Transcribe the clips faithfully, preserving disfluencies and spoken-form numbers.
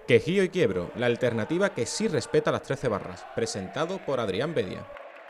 Quejío y Quiebro, la alternativa que sí respeta las trece barras, presentado por Adrián Bedia.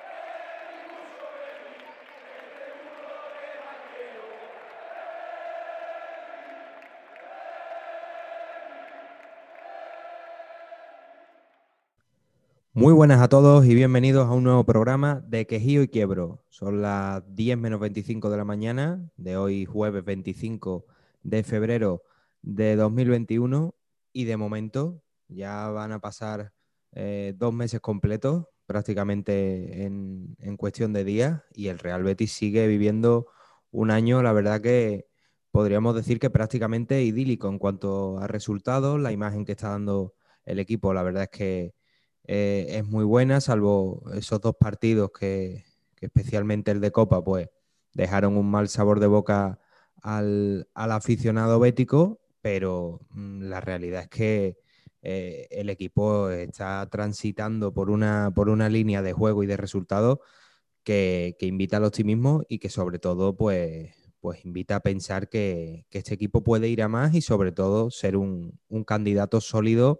Muy buenas a todos y bienvenidos a un nuevo programa de Quejío y Quiebro. Son las diez menos veinticinco de la mañana de hoy, jueves veinticinco de febrero de dos mil veintiuno, y de momento ya van a pasar eh, dos meses completos prácticamente en, en cuestión de días, y el Real Betis sigue viviendo un año, la verdad que podríamos decir que prácticamente idílico en cuanto a resultados. La imagen que está dando el equipo, la verdad es que eh, es muy buena, salvo esos dos partidos que, que especialmente el de Copa, pues dejaron un mal sabor de boca al, al aficionado bético, pero mm, la realidad es que eh, el equipo está transitando por una, por una línea de juego y de resultados que, que invita al optimismo y que sobre todo pues, pues invita a pensar que, que este equipo puede ir a más y sobre todo ser un, un candidato sólido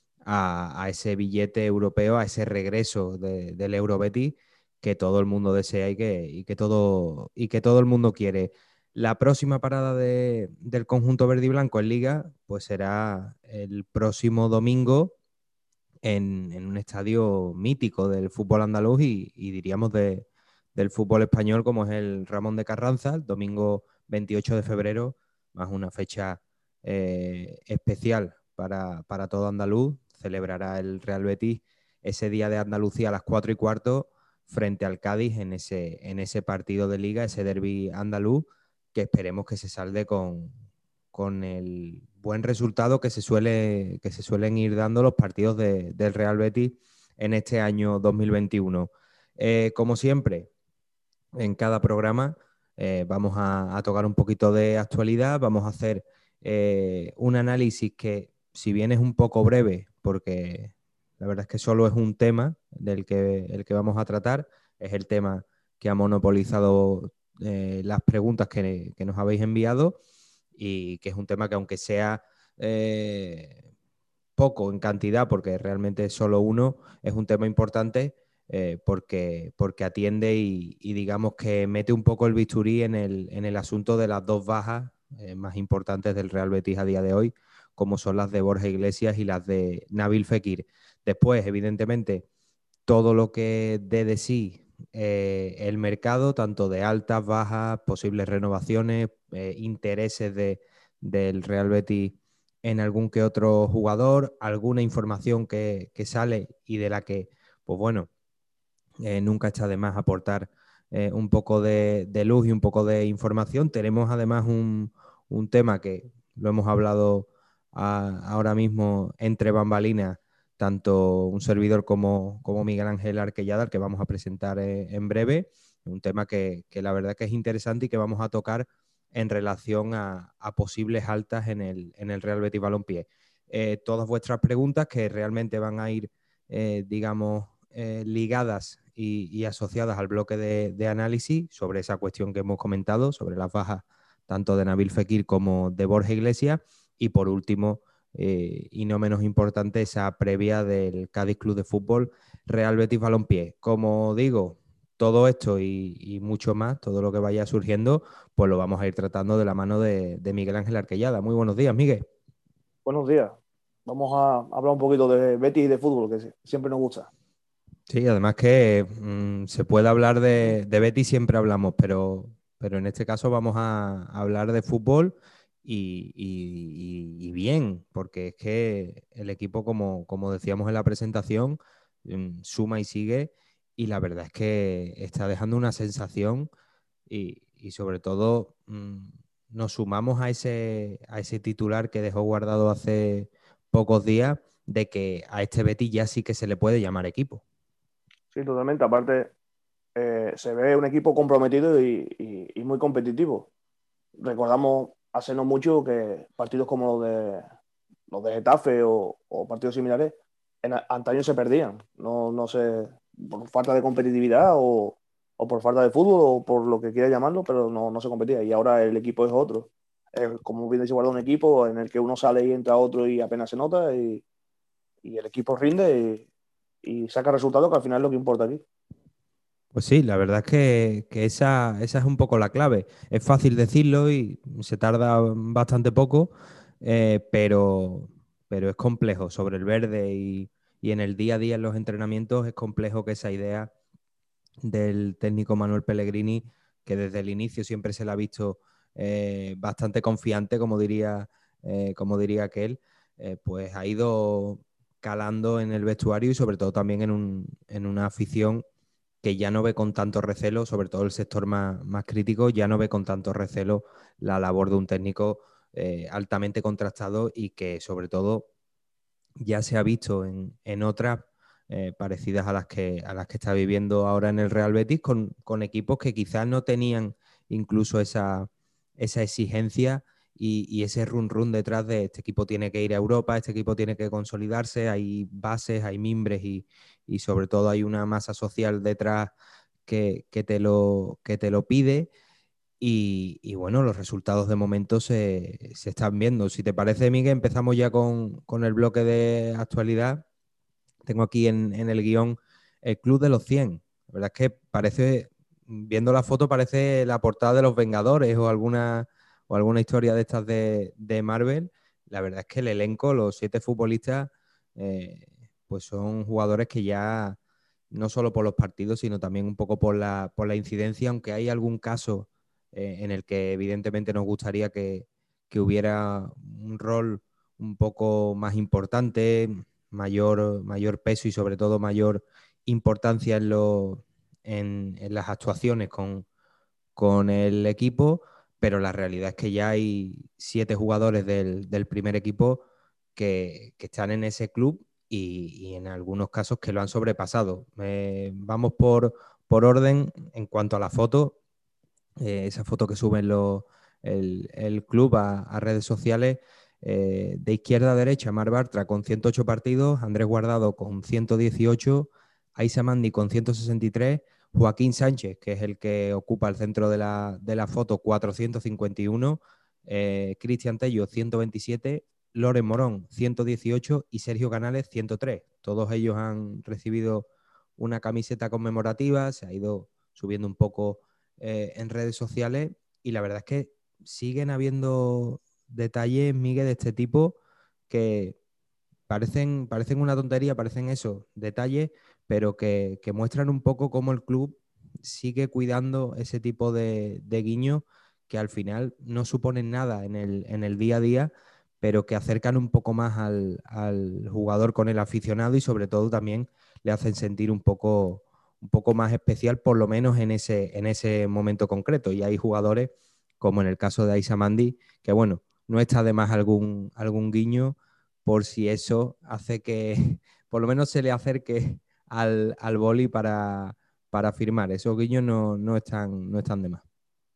a, a ese billete europeo, a ese regreso de, del Eurobetis que todo el mundo desea y que, y que, todo, y que todo el mundo quiere. La próxima parada de, del conjunto verde y blanco en Liga pues será el próximo domingo en, en un estadio mítico del fútbol andaluz y, y diríamos de, del fútbol español, como es el Ramón de Carranza, el domingo veintiocho de febrero, más una fecha eh, especial para, para todo andaluz. Celebrará el Real Betis ese día de Andalucía a las cuatro y cuarto frente al Cádiz en ese, en ese partido de liga, ese derbi andaluz, que esperemos que se salde con, con el buen resultado que se, suele, que se suelen ir dando los partidos de, del Real Betis en este año dos mil veintiuno. Eh, como siempre, en cada programa eh, vamos a, a, tocar un poquito de actualidad, vamos a hacer eh, un análisis que, si bien es un poco breve, porque la verdad es que solo es un tema del que, el que vamos a tratar, es el tema que ha monopolizado eh, las preguntas que, que nos habéis enviado, y que es un tema que, aunque sea eh, poco en cantidad, porque realmente es solo uno, es un tema importante eh, porque, porque atiende y, y digamos que mete un poco el bisturí en el, en el asunto de las dos bajas eh, más importantes del Real Betis a día de hoy, como son las de Borja Iglesias y las de Nabil Fekir. Después, evidentemente, todo lo que dé de sí eh, el mercado, tanto de altas, bajas, posibles renovaciones, eh, intereses de, del Real Betis en algún que otro jugador, alguna información que, que sale y de la que, pues bueno, eh, nunca está de más aportar eh, un poco de, de, luz y un poco de información. Tenemos además un, un tema que lo hemos hablado a, ahora mismo entre bambalinas, tanto un servidor como, como Miguel Ángel Arquellada, que vamos a presentar eh, en breve, un tema que, que la verdad que es interesante y que vamos a tocar en relación a, a posibles altas en el, en el Real Betis Balompié. Eh, todas vuestras preguntas que realmente van a ir, eh, digamos, eh, ligadas y, y, asociadas al bloque de, de análisis sobre esa cuestión que hemos comentado, sobre las bajas tanto de Nabil Fekir como de Borja Iglesias, y por último, eh, y no menos importante, esa previa del Cádiz Club de Fútbol Real Betis Balompié. Como digo, todo esto y, y mucho más, todo lo que vaya surgiendo, pues lo vamos a ir tratando de la mano de, de Miguel Ángel Arquellada. Muy buenos días, Miguel. Buenos días. Vamos a hablar un poquito de Betis y de fútbol, que siempre nos gusta. Sí, además que mmm, se puede hablar de, de Betis, siempre hablamos, pero, pero en este caso vamos a, a hablar de fútbol y, y- y- y bien, porque es que el equipo, como, como decíamos en la presentación, mm, suma y sigue, y la verdad es que está dejando una sensación y, y sobre todo mm, nos sumamos a ese, a ese titular que dejó guardado hace pocos días de que a este Betis ya sí que se le puede llamar equipo. Sí, totalmente. Aparte, eh, se ve un equipo comprometido y, y- y muy competitivo. Recordamos hace no mucho que partidos como los de, los de Getafe o, o partidos similares en a- antaño se perdían. No, no sé, por falta de competitividad o, o por falta de fútbol o por lo que quiera llamarlo, pero no, no se competía. Y ahora el equipo es otro. es como bien dice Guardado, un equipo en el que uno sale y entra otro y apenas se nota y, y el equipo rinde y, y saca resultados, que al final es lo que importa aquí. Pues sí, la verdad es que, que esa, esa es un poco la clave. Es fácil decirlo y se tarda bastante poco, eh, pero, pero es complejo sobre el verde y, y en el día a día en los entrenamientos es complejo que esa idea del técnico Manuel Pellegrini, que desde el inicio siempre se le ha visto eh, bastante confiante, como diría, eh, como diría aquel, eh, pues ha ido calando en el vestuario y sobre todo también en, un, en una afición que ya no ve con tanto recelo, sobre todo el sector más, más crítico, ya no ve con tanto recelo la labor de un técnico eh, altamente contrastado y que sobre todo ya se ha visto en, en otras eh, parecidas a las, que, a las que está viviendo ahora en el Real Betis, con, con equipos que quizás no tenían incluso esa, esa exigencia y, y ese run run detrás de este equipo tiene que ir a Europa, este equipo tiene que consolidarse, hay bases, hay mimbres y, y sobre todo hay una masa social detrás que, que, te, lo, que te lo pide. Y, y, bueno, los resultados de momento se, se, están viendo. Si te parece, Miguel, empezamos ya con, con el bloque de actualidad. Tengo aquí en, en, el guión el Club de los cien. La verdad es que parece, viendo la foto, parece la portada de los Vengadores o alguna, o alguna historia de estas de, de Marvel. La verdad es que el elenco, los siete futbolistas, eh, pues son jugadores que ya, no solo por los partidos, sino también un poco por la, por la incidencia, aunque hay algún caso eh, en el que evidentemente nos gustaría que, que hubiera un rol un poco más importante, mayor, mayor peso y sobre todo mayor importancia en, lo, en, en las actuaciones con, con, el equipo, pero la realidad es que ya hay siete jugadores del, del primer equipo que, que, están en ese club y, y, en algunos casos que lo han sobrepasado. Eh, vamos por, por orden en cuanto a la foto. Eh, esa foto que suben los, el, el club a, a redes sociales, eh, de izquierda a derecha, Mar Bartra con ciento ocho partidos, Andrés Guardado con ciento dieciocho, Aisa Mandi con ciento sesenta y tres, Joaquín Sánchez, que es el que ocupa el centro de la, de la foto, cuatrocientos cincuenta y uno, eh, Cristian Tello ciento veintisiete, Loren Morón ciento dieciocho y Sergio Canales ciento tres. Todos ellos han recibido una camiseta conmemorativa, se ha ido subiendo un poco eh, en redes sociales y la verdad es que siguen habiendo detalles, Miguel, de este tipo que parecen, parecen una tontería, parecen eso, detalles, pero que, que muestran un poco cómo el club sigue cuidando ese tipo de, de guiños que al final no suponen nada en el, en el día a día, pero que acercan un poco más al, al jugador con el aficionado y sobre todo también le hacen sentir un poco, un poco más especial, por lo menos en ese, en ese momento concreto. Y hay jugadores, como en el caso de Aisa Mandi, que bueno, no está de más algún, algún guiño por si eso hace que por lo menos se le acerque al, al boli para, para firmar. Esos guiños no, no, están, no están de más.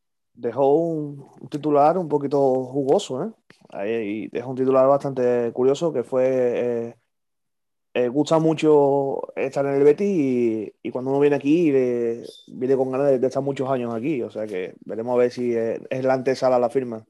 Dejó un, un titular un poquito jugoso, ¿eh? Ahí dejó un titular bastante curioso que fue... Eh, eh, gusta mucho estar en el Betis y, y cuando uno viene aquí eh, viene con ganas de, de estar muchos años aquí, o sea que veremos a ver si es, es la antesala a la firma.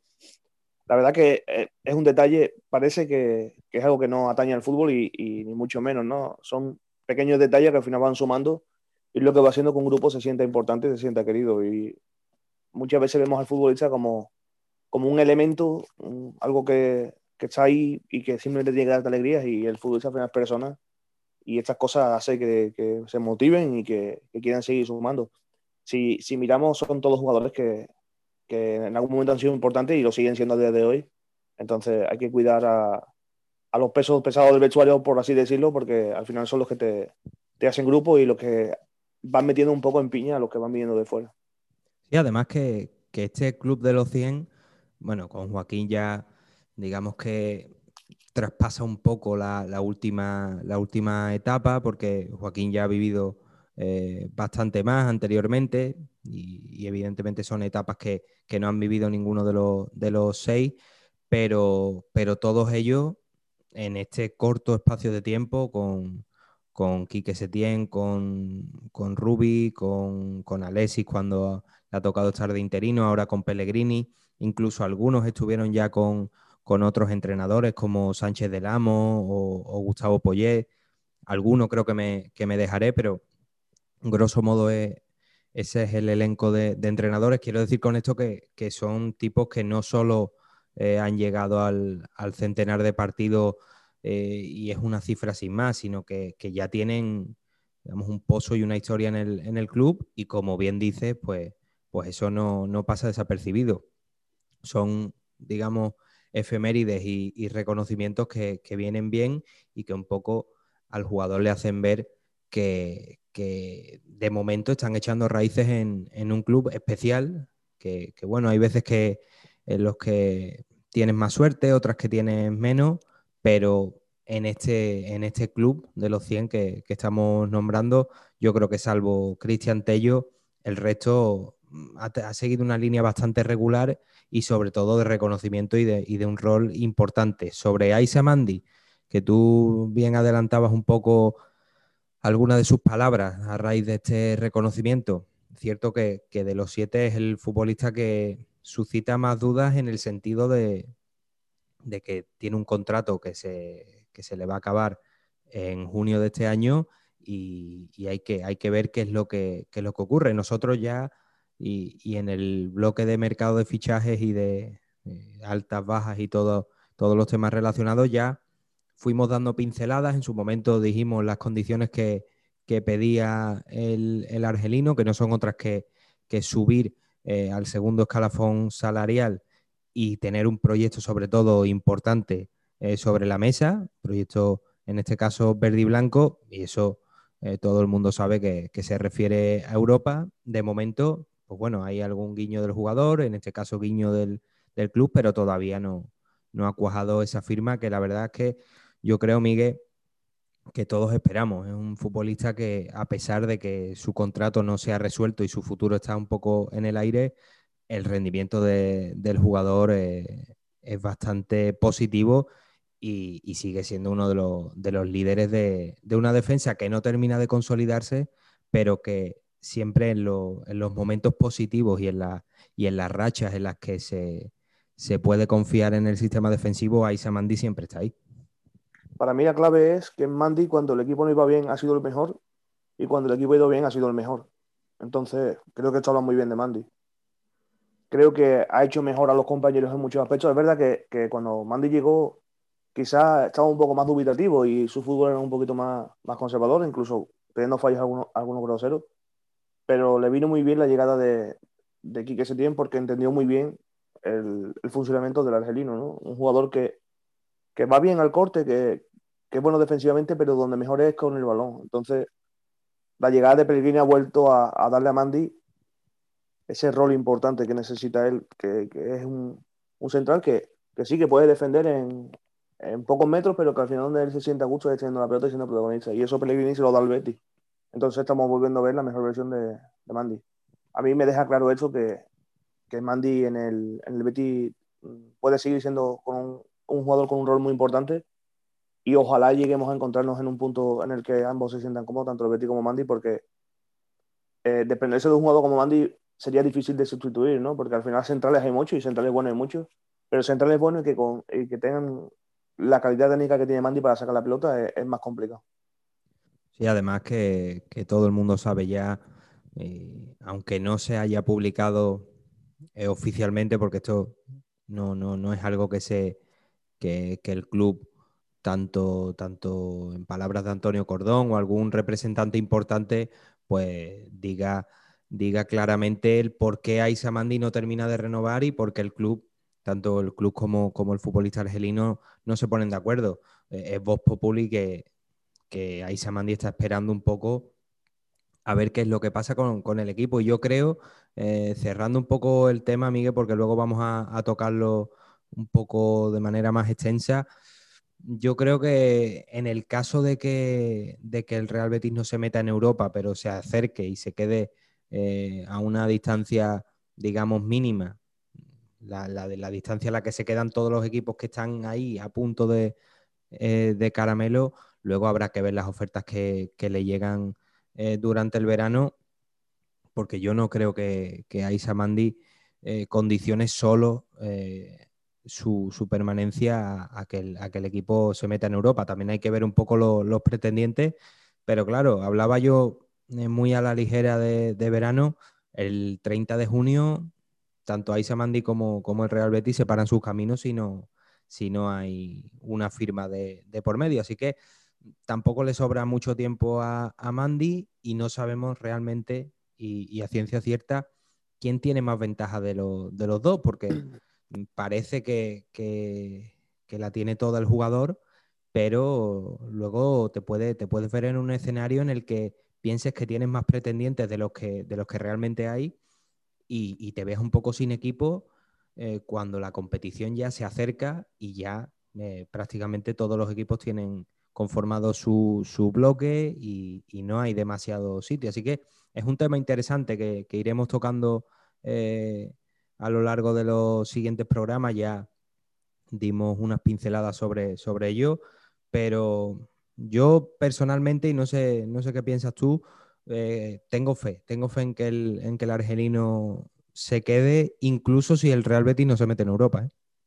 La verdad que eh, es un detalle, parece que, que es algo que no atañe al fútbol y, y ni mucho menos, ¿no? Son pequeños detalles que al final van sumando y lo que va haciendo que un grupo se sienta importante y se sienta querido y muchas veces vemos al futbolista como, como un elemento, un- algo que, que está ahí y que simplemente tiene que darte alegrías y el futbolista al final es persona y estas cosas hacen que, que se motiven y que, que quieran seguir sumando. Si, si miramos, son todos jugadores que, que en algún momento han sido importantes y lo siguen siendo a día de hoy. Entonces hay que cuidar a, a los pesos pesados del vestuario, por así decirlo, porque al final son los que te, te hacen grupo y los que van metiendo un poco en piña a los que van viniendo de fuera. Y además que, que este club de los cien, bueno, con Joaquín ya, digamos que traspasa un poco la, la, última, la última etapa, porque Joaquín ya ha vivido eh, bastante más anteriormente y, y evidentemente son etapas que, que, no han vivido ninguno de los, de los seis, pero, pero todos ellos en este corto espacio de tiempo con, con Quique Setién, con, con Rubi, con, con Alexis cuando le ha tocado estar de interino, ahora con Pellegrini. Incluso algunos estuvieron ya con, con otros entrenadores como Sánchez del Amo o, o Gustavo Poyet. Algunos creo que me, que me dejaré, pero grosso modo es, ese es el elenco de, de entrenadores. Quiero decir con esto que, que son tipos que no solo eh, han llegado al, al centenar de partidos eh, y es una cifra sin más, sino que, que ya tienen, digamos, un pozo y una historia en el, en el club y como bien dices, pues, pues eso no, no pasa desapercibido. Son, digamos, efemérides y, y reconocimientos que, que vienen bien y que un poco al jugador le hacen ver que, que de momento están echando raíces en, en un club especial, que, que, bueno, hay veces que en los que tienes más suerte, otras que tienes menos, pero en este, en este club de los cien que, que estamos nombrando, yo creo que salvo Cristian Tello, el resto ha, ha seguido una línea bastante regular y sobre todo de reconocimiento y de, y de un rol importante. Sobre Aisa Mandi, que tú bien adelantabas un poco algunas de sus palabras a raíz de este reconocimiento. Cierto que, que de los siete es el futbolista que suscita más dudas en el sentido de, de que tiene un contrato que se, que se le va a acabar en junio de este año y, y hay, que, hay que ver qué es lo que, qué es lo que ocurre. Nosotros ya, y, y en el bloque de mercado de fichajes y de eh, altas, bajas y todo, todos los temas relacionados, ya fuimos dando pinceladas. En su momento dijimos las condiciones que, que pedía el, el argelino, que no son otras que, que subir eh, al segundo escalafón salarial y tener un proyecto sobre todo importante eh, sobre la mesa, proyecto en este caso verde y blanco, y eso eh, todo el mundo sabe que, que se refiere a Europa. De momento, pues bueno, hay algún guiño del jugador, en este caso guiño del, del club, pero todavía no, no ha cuajado esa firma, que la verdad es que yo creo, Miguel, que todos esperamos. Es un futbolista que, a pesar de que su contrato no se ha resuelto y su futuro está un poco en el aire, el rendimiento de, del jugador eh, es bastante positivo y, y, sigue siendo uno de los, de los líderes de, de, una defensa que no termina de consolidarse, pero que siempre en, lo, en los momentos positivos y en, la, y en las rachas en las que se, se puede confiar en el sistema defensivo, Aisa Mandi siempre está ahí. Para mí la clave es que Mandi, cuando el equipo no iba bien, ha sido el mejor y cuando el equipo ha ido bien, ha sido el mejor. Entonces, creo que esto habla muy bien de Mandi. Creo que ha hecho mejor a los compañeros en muchos aspectos. Es verdad que, que cuando Mandi llegó, quizás estaba un poco más dubitativo y su fútbol era un poquito más, más conservador, incluso teniendo fallos algunos, algunos groseros. Pero le vino muy bien la llegada de, de Quique Setién porque entendió muy bien el, el funcionamiento del argelino, ¿no? Un jugador que, que va bien al corte, que, que es bueno defensivamente, pero donde mejor es con el balón. Entonces, la llegada de Pellegrini ha vuelto a, a darle a Mandi ese rol importante que necesita él, que, que es un, un central que, que sí que puede defender en, en pocos metros, pero que al final donde él se sienta a gusto es teniendo la pelota y siendo protagonista. Y eso Pellegrini se lo da al Betis. Entonces estamos volviendo a ver la mejor versión de, de Mandi. A mí me deja claro eso que, que Mandi en el, en el Betis puede seguir siendo con un, un jugador con un rol muy importante y ojalá lleguemos a encontrarnos en un punto en el que ambos se sientan cómodos, tanto el Betis como Mandi, porque eh, dependerse de un jugador como Mandi sería difícil de sustituir, ¿no? Porque al final centrales hay muchos y centrales buenos hay muchos, pero centrales buenos y que, con, y que tengan la calidad técnica que tiene Mandi para sacar la pelota es, es más complicado. Sí, además que, que todo el mundo sabe ya, eh, aunque no se haya publicado eh, oficialmente, porque esto no, no, no es algo que, se, que, que el club, tanto, tanto en palabras de Antonio Cordón o algún representante importante, pues diga, diga claramente el por qué Aisa Mandi no termina de renovar y por qué el club, tanto el club como, como el futbolista argelino, no se ponen de acuerdo. Eh, es Vox Populi que, que Aisa Mandi está esperando un poco a ver qué es lo que pasa con, con el equipo. Y yo creo, eh, cerrando un poco el tema, Miguel, porque luego vamos a, a tocarlo un poco de manera más extensa, yo creo que en el caso de que, de que el Real Betis no se meta en Europa, pero se acerque y se quede eh, a una distancia, digamos, mínima, la, la, de la distancia a la que se quedan todos los equipos que están ahí a punto de, eh, de caramelo, Luego habrá que ver las ofertas que, que le llegan eh, durante el verano, porque yo no creo que, que Aissa Mandi eh, condicione solo eh, su, su, permanencia a, a, que el, a que el equipo se meta en Europa. También hay que ver un poco lo, los pretendientes, pero claro, hablaba yo eh, muy a la ligera de, de verano. El treinta de junio, tanto Aissa Mandi como, como el Real Betis separan sus caminos si no, si no hay una firma de, de por medio. Así que tampoco le sobra mucho tiempo a, a Mandi y no sabemos realmente y, y a ciencia cierta quién tiene más ventaja de, lo, de los dos, porque parece que, que, que, la tiene todo el jugador, pero luego te, puede, te puedes ver en un escenario en el que pienses que tienes más pretendientes de los que, de los que realmente hay y, y te ves un poco sin equipo eh, cuando la competición ya se acerca y ya eh, prácticamente todos los equipos tienen conformado su, su bloque y, y no hay demasiado sitio. Así que es un tema interesante que, que iremos tocando eh, a lo largo de los siguientes programas. Ya dimos unas pinceladas sobre, sobre ello, pero yo personalmente, y no sé, no sé qué piensas tú, eh, tengo fe, tengo fe en que, el, en que el argelino se quede, incluso si el Real Betis no se mete en Europa. ¿eh?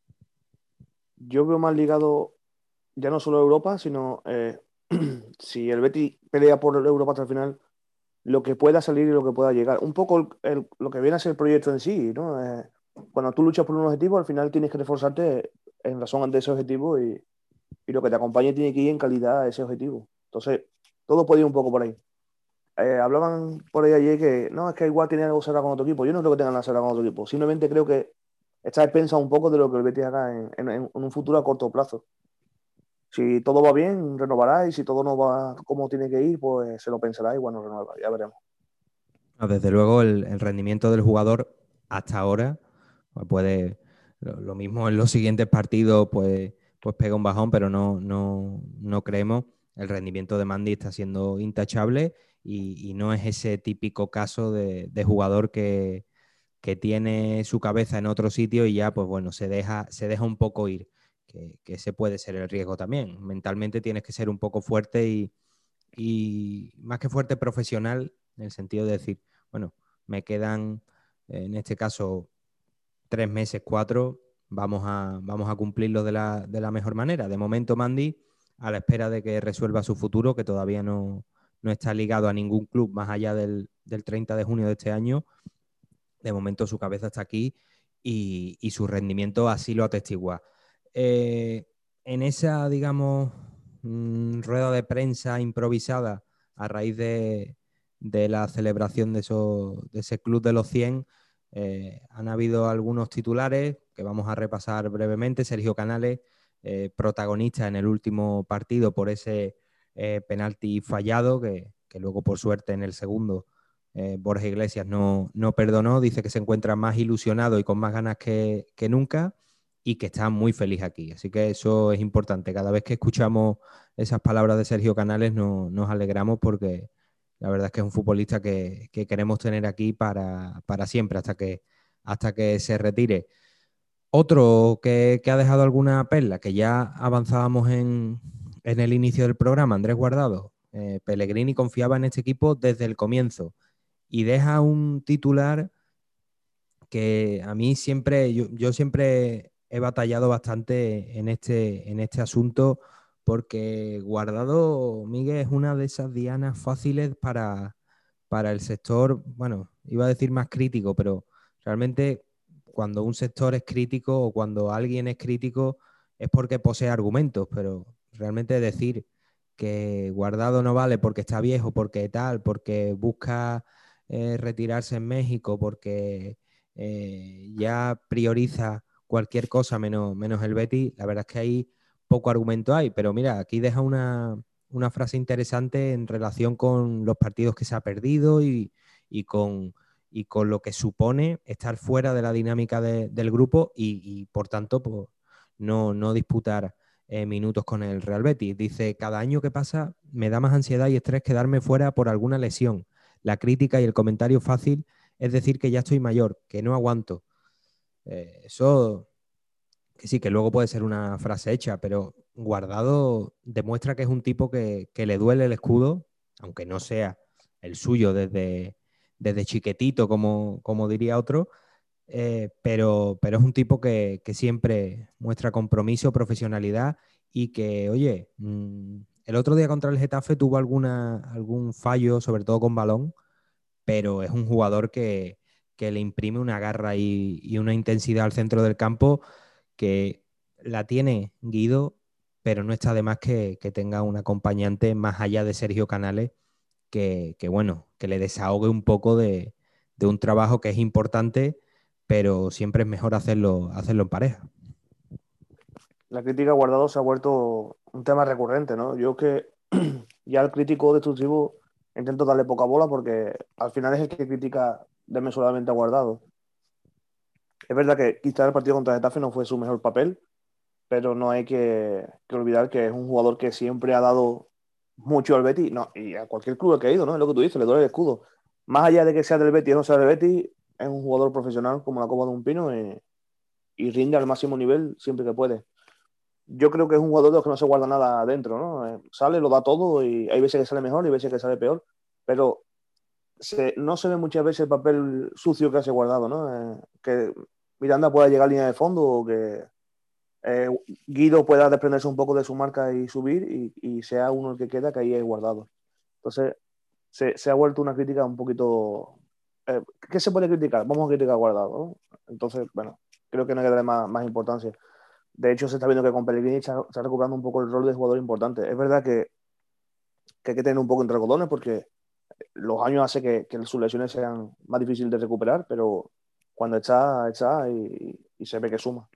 Yo veo más ligado ya no solo a Europa, sino eh, si el Betis pelea por Europa hasta el final, lo que pueda salir y lo que pueda llegar. Un poco el, el, lo que viene a ser el proyecto en sí, ¿no? Eh, cuando tú luchas por un objetivo, al final tienes que reforzarte en razón de ese objetivo y, y lo que te acompañe tiene que ir en calidad a ese objetivo. Entonces, todo puede ir un poco por ahí. Eh, hablaban por ahí ayer que no, es que igual tiene algo cerrado con otro equipo. Yo no creo que tengan nada cerrado con otro equipo. Simplemente creo que está expensado un poco de lo que el Betis haga en, en, en un futuro a corto plazo. Si todo va bien, renovará, y si todo no va como tiene que ir, pues se lo pensará y bueno, renueva, ya veremos. Desde luego, el, el rendimiento del jugador hasta ahora pues puede, lo, lo mismo en los siguientes partidos, pues, pues pega un bajón, pero no, no, no creemos. El rendimiento de Mandi está siendo intachable y, y no es ese típico caso de, de jugador que, que tiene su cabeza en otro sitio y ya, pues bueno, se deja, se deja un poco ir, que, que ese puede ser el riesgo también. Mentalmente tienes que ser un poco fuerte y, y más que fuerte, profesional, en el sentido de decir, bueno, me quedan, en este caso, tres meses, cuatro, vamos a, vamos a cumplirlo de la, de la mejor manera. De momento, Mandi, a la espera de que resuelva su futuro, que todavía no, no está ligado a ningún club más allá del, del treinta de junio de este año, de momento su cabeza está aquí y, y su rendimiento así lo atestigua. Eh, en esa, digamos, mmm, rueda de prensa improvisada a raíz de, de la celebración de, eso, de ese club de los cien, eh, han habido algunos titulares que vamos a repasar brevemente. Sergio Canales, eh, protagonista en el último partido por ese eh, penalti fallado, que, que luego por suerte en el segundo Eh, Borja Iglesias no, no perdonó, dice que se encuentra más ilusionado y con más ganas que, que nunca y que está muy feliz aquí. Así que eso es importante. Cada vez que escuchamos esas palabras de Sergio Canales no, nos alegramos porque la verdad es que es un futbolista que, que queremos tener aquí para, para siempre, hasta que, hasta que se retire. Otro que, que ha dejado alguna perla, que ya avanzábamos en, en el inicio del programa, Andrés Guardado. Eh, Pellegrini confiaba en este equipo desde el comienzo y deja un titular que a mí siempre, yo, yo siempre he batallado bastante en este, en este asunto porque Guardado, Miguel, es una de esas dianas fáciles para, para el sector, bueno, iba a decir más crítico, pero realmente cuando un sector es crítico o cuando alguien es crítico es porque posee argumentos, pero realmente decir que Guardado no vale porque está viejo, porque tal, porque busca eh, retirarse en México, porque eh, ya prioriza cualquier cosa menos, menos el Betis, la verdad es que ahí poco argumento hay, pero mira, aquí deja una, una frase interesante en relación con los partidos que se ha perdido y, y, con, y con lo que supone estar fuera de la dinámica de, del grupo y, y por tanto pues, no, no disputar eh, minutos con el Real Betis. Dice, cada año que pasa me da más ansiedad y estrés quedarme fuera por alguna lesión. La crítica y el comentario fácil es decir que ya estoy mayor, que no aguanto. Eh, eso, que sí, que luego puede ser una frase hecha, pero Guardado demuestra que es un tipo que, que le duele el escudo, aunque no sea el suyo desde, desde chiquitito, como, como diría otro, eh, pero, pero es un tipo que, que siempre muestra compromiso, profesionalidad y que, oye, mmm, el otro día contra el Getafe tuvo alguna, algún fallo, sobre todo con balón, pero es un jugador que, que le imprime una garra y, y una intensidad al centro del campo que la tiene Guido, pero no está de más que, que tenga un acompañante más allá de Sergio Canales que, que bueno, que le desahogue un poco de, de un trabajo que es importante, pero siempre es mejor hacerlo, hacerlo en pareja. La crítica a Guardado se ha vuelto un tema recurrente, ¿no? Yo que ya el crítico destructivo intento darle poca bola porque al final es el que critica desmesuradamente a Guardado. Es verdad que quizá el partido contra Getafe no fue su mejor papel, pero no hay que, que olvidar que es un jugador que siempre ha dado mucho al Betis, no, y a cualquier club que ha ido, ¿no? Es lo que tú dices, le duele el escudo. Más allá de que sea del Betis o no sea del Betis, es un jugador profesional como la copa de un pino y, y rinde al máximo nivel siempre que puede. Yo creo que es un jugador de los que no se guarda nada adentro, ¿no? Eh, sale, lo da todo y hay veces que sale mejor y veces que sale peor, pero se, no se ve muchas veces el papel sucio que hace Guardado, ¿no? Eh, que Miranda pueda llegar a línea de fondo o que eh, Guido pueda desprenderse un poco de su marca y subir y, y sea uno el que queda, que ahí es Guardado. Entonces, se, se ha vuelto una crítica un poquito... Eh, ¿Qué se puede criticar? Vamos a criticar a Guardado, ¿no? Entonces, bueno, creo que no hay que darle más, más importancia. De hecho, se está viendo que con Pellegrini está, está recuperando un poco el rol de jugador importante. Es verdad que, que hay que tener un poco entre algodones porque los años hacen que, que sus lesiones sean más difíciles de recuperar, pero cuando está, está y, y se ve que suma.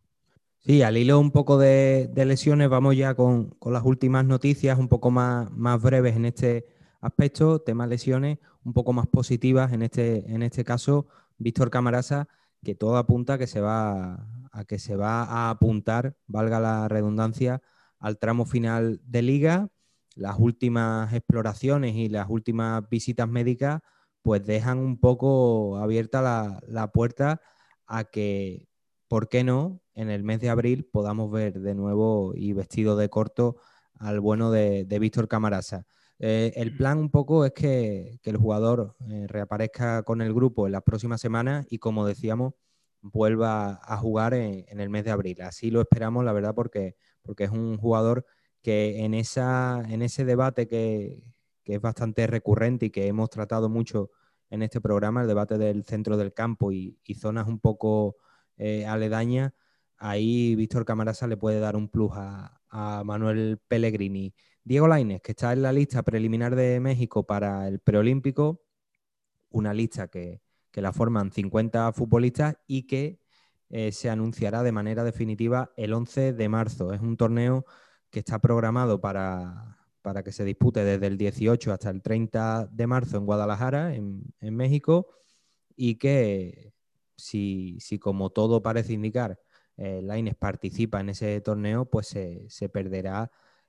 Sí, al hilo un poco de, de lesiones, vamos ya con, con las últimas noticias, un poco más, más breves en este aspecto, temas lesiones, un poco más positivas en este, en este caso, Víctor Camarasa, que todo apunta a que se va a que se va a apuntar, valga la redundancia, al tramo final de liga. Las últimas exploraciones y las últimas visitas médicas pues dejan un poco abierta la, la puerta a que, ¿por qué no?, en el mes de abril podamos ver de nuevo y vestido de corto al bueno de, de Víctor Camarasa. Eh, el plan un poco es que, que el jugador eh, reaparezca con el grupo en las próximas semanas y, como decíamos, vuelva a jugar en, en el mes de abril. Así lo esperamos, la verdad, porque, porque es un jugador que en, esa, en ese debate que, que es bastante recurrente y que hemos tratado mucho en este programa, el debate del centro del campo y, y zonas un poco eh, aledañas, ahí Víctor Camarasa le puede dar un plus a, a Manuel Pellegrini. Diego Lainez, que está en la lista preliminar de México para el preolímpico, una lista que, que la forman cincuenta futbolistas y que eh, se anunciará de manera definitiva el once de marzo. Es un torneo que está programado para, para que se dispute desde el dieciocho hasta el treinta de marzo en Guadalajara, en, en México, y que si, si como todo parece indicar, eh, Lainez participa en ese torneo, pues se, se perderá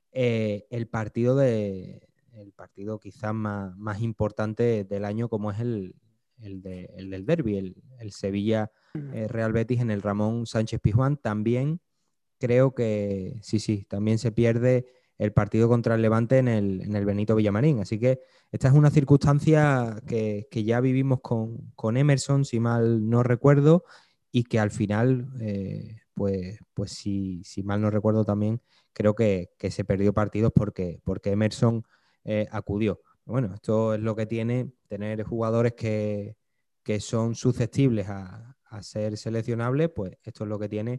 eh, el partido de el partido quizás más, más importante del año, como es el, el, de, el del derbi, el, el Sevilla eh, Real Betis en el Ramón Sánchez Pizjuán. También creo que sí, sí, también se pierde el partido contra el Levante en el, en el Benito Villamarín. Así que esta es una circunstancia que, que ya vivimos con, con Emerson, si mal no recuerdo, y que al final, eh, pues, pues si, si mal no recuerdo también, creo que, que se perdió partidos porque, porque Emerson eh, acudió. Bueno, esto es lo que tiene tener jugadores que, que son susceptibles a, a ser seleccionables, pues esto es lo que tiene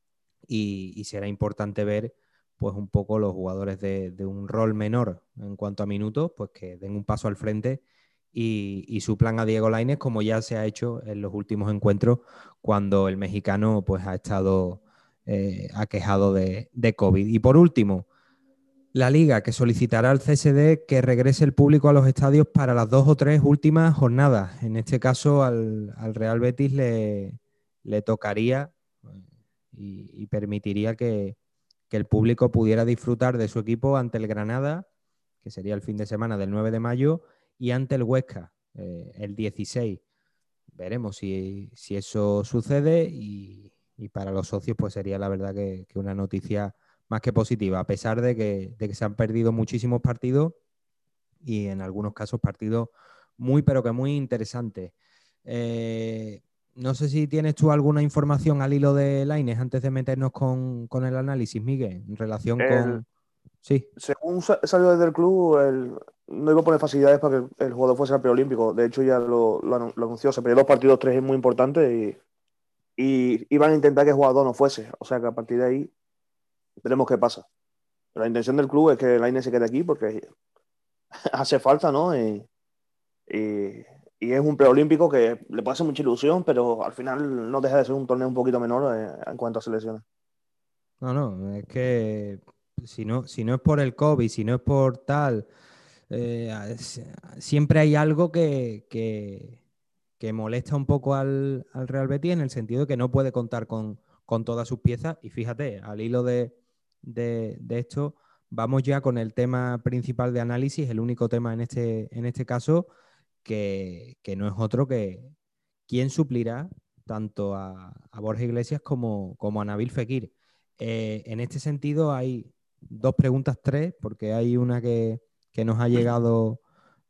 y, y será importante ver pues un poco los jugadores de, de, un rol menor en cuanto a minutos, pues que den un paso al frente y, y suplan a Diego Lainez, como ya se ha hecho en los últimos encuentros cuando el mexicano pues ha estado eh, aquejado de, de COVID. Y por último, la Liga, que solicitará al C S D que regrese el público a los estadios para las dos o tres últimas jornadas. En este caso, al, al Real Betis le, le tocaría y, y permitiría que, que el público pudiera disfrutar de su equipo ante el Granada, que sería el fin de semana del nueve de mayo, y ante el Huesca, eh, el dieciséis. Veremos si, si eso sucede y, y para los socios pues sería la verdad que, que una noticia más que positiva, a pesar de que, de que se han perdido muchísimos partidos y en algunos casos partidos muy, pero que muy interesantes. Eh, no sé si tienes tú alguna información al hilo de Lainez antes de meternos con, con el análisis, Miguel, en relación El, con... Sí, según sa- salió desde el club, el- no iba a poner facilidades para que el jugador fuese al preolímpico. De hecho, ya lo, lo anu- lo anunció. Se perdió dos partidos, tres es muy importante y, y iban a intentar que el jugador no fuese. O sea que a partir de ahí veremos qué pasa. Pero la intención del club es que el Aine se quede aquí porque hace falta, ¿no? Y, y- y es un preolímpico que le puede hacer mucha ilusión, pero al final no deja de ser un torneo un poquito menor eh, en cuanto a selecciones. no, no, es que si no, si no es por el COVID, si no es por tal, eh, es- siempre hay algo que, que, que molesta un poco al, al Real Betis en el sentido de que no puede contar con, con todas sus piezas. Y fíjate, al hilo de, de, de esto, vamos ya con el tema principal de análisis, el único tema en este, en este caso, que, que no es otro que quién suplirá tanto a, a Borja Iglesias como, como a Nabil Fekir. Eh, en este sentido hay dos preguntas, tres, porque hay una que, que nos ha llegado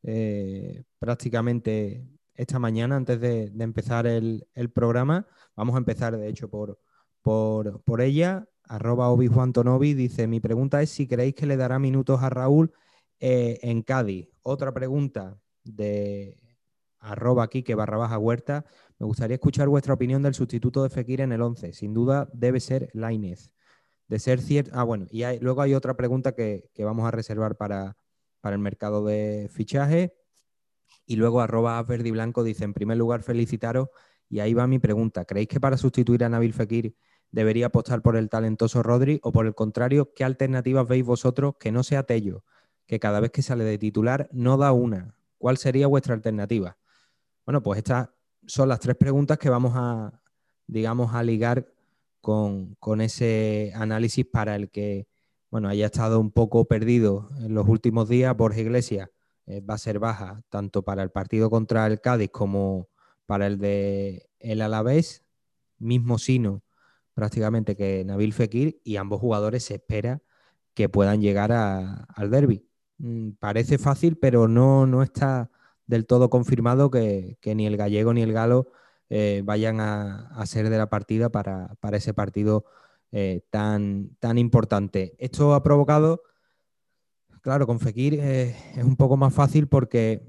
eh, prácticamente esta mañana antes de, de empezar el, el, programa. Vamos a empezar, de hecho, por, por, por ella. Arroba Obi-Juan Tonovi dice, mi pregunta es si creéis que le dará minutos a Raúl eh, en Cádiz. Otra pregunta de arroba Quique barra baja Huerta. Me gustaría escuchar vuestra opinión del sustituto de Fekir en el once. Sin duda debe ser Lainez. De ser cierto... Ah, bueno, y hay, luego hay otra pregunta que, que vamos a reservar para, para el mercado de fichaje. Y luego arroba Verdi Blanco dice, en primer lugar, felicitaros. Y ahí va mi pregunta. ¿Creéis que para sustituir a Nabil Fekir debería apostar por el talentoso Rodri? O por el contrario, ¿qué alternativas veis vosotros que no sea Tello? Que cada vez que sale de titular no da una. ¿Cuál sería vuestra alternativa? Bueno, pues estas son las tres preguntas que vamos a, digamos, a ligar con, con ese análisis para el que, bueno, haya estado un poco perdido en los últimos días. Borja Iglesias eh, va a ser baja tanto para el partido contra el Cádiz como para el de el Alavés, mismo sino prácticamente que Nabil Fekir, y ambos jugadores se espera que puedan llegar a, al derby. Mm, parece fácil, pero no, no está del todo confirmado que, que ni el gallego ni el galo eh, vayan a, a, ser de la partida para, para ese partido eh, tan, tan importante. Esto ha provocado, claro, con Fekir eh, es un poco más fácil porque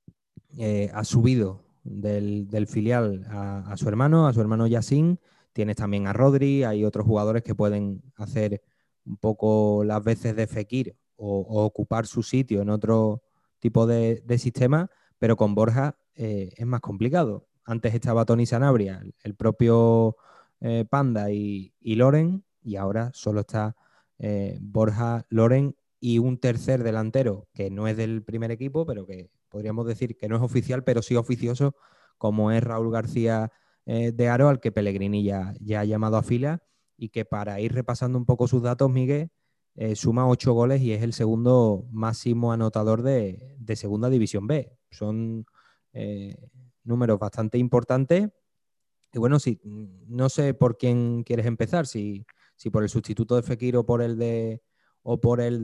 eh, ha subido del, del filial a, a, su hermano, a su hermano Yacine. Tienes también a Rodri, hay otros jugadores que pueden hacer un poco las veces de Fekir o, o ocupar su sitio en otro tipo de, de sistema, pero con Borja eh, es más complicado. Antes estaba Tony Sanabria, el propio eh, Panda y, y Loren, y ahora solo está eh, Borja, Loren y un tercer delantero que no es del primer equipo, pero que podríamos decir que no es oficial, pero sí oficioso, como es Raúl García eh, de Aro, al que Pellegrini ya, ya ha llamado a fila, y que para ir repasando un poco sus datos, Miguel, eh, suma ocho goles y es el segundo máximo anotador de, de Segunda División B. Son eh, números bastante importantes. Y bueno, sí, no sé por quién quieres empezar, si, si por el sustituto de Fekir o por el de o por el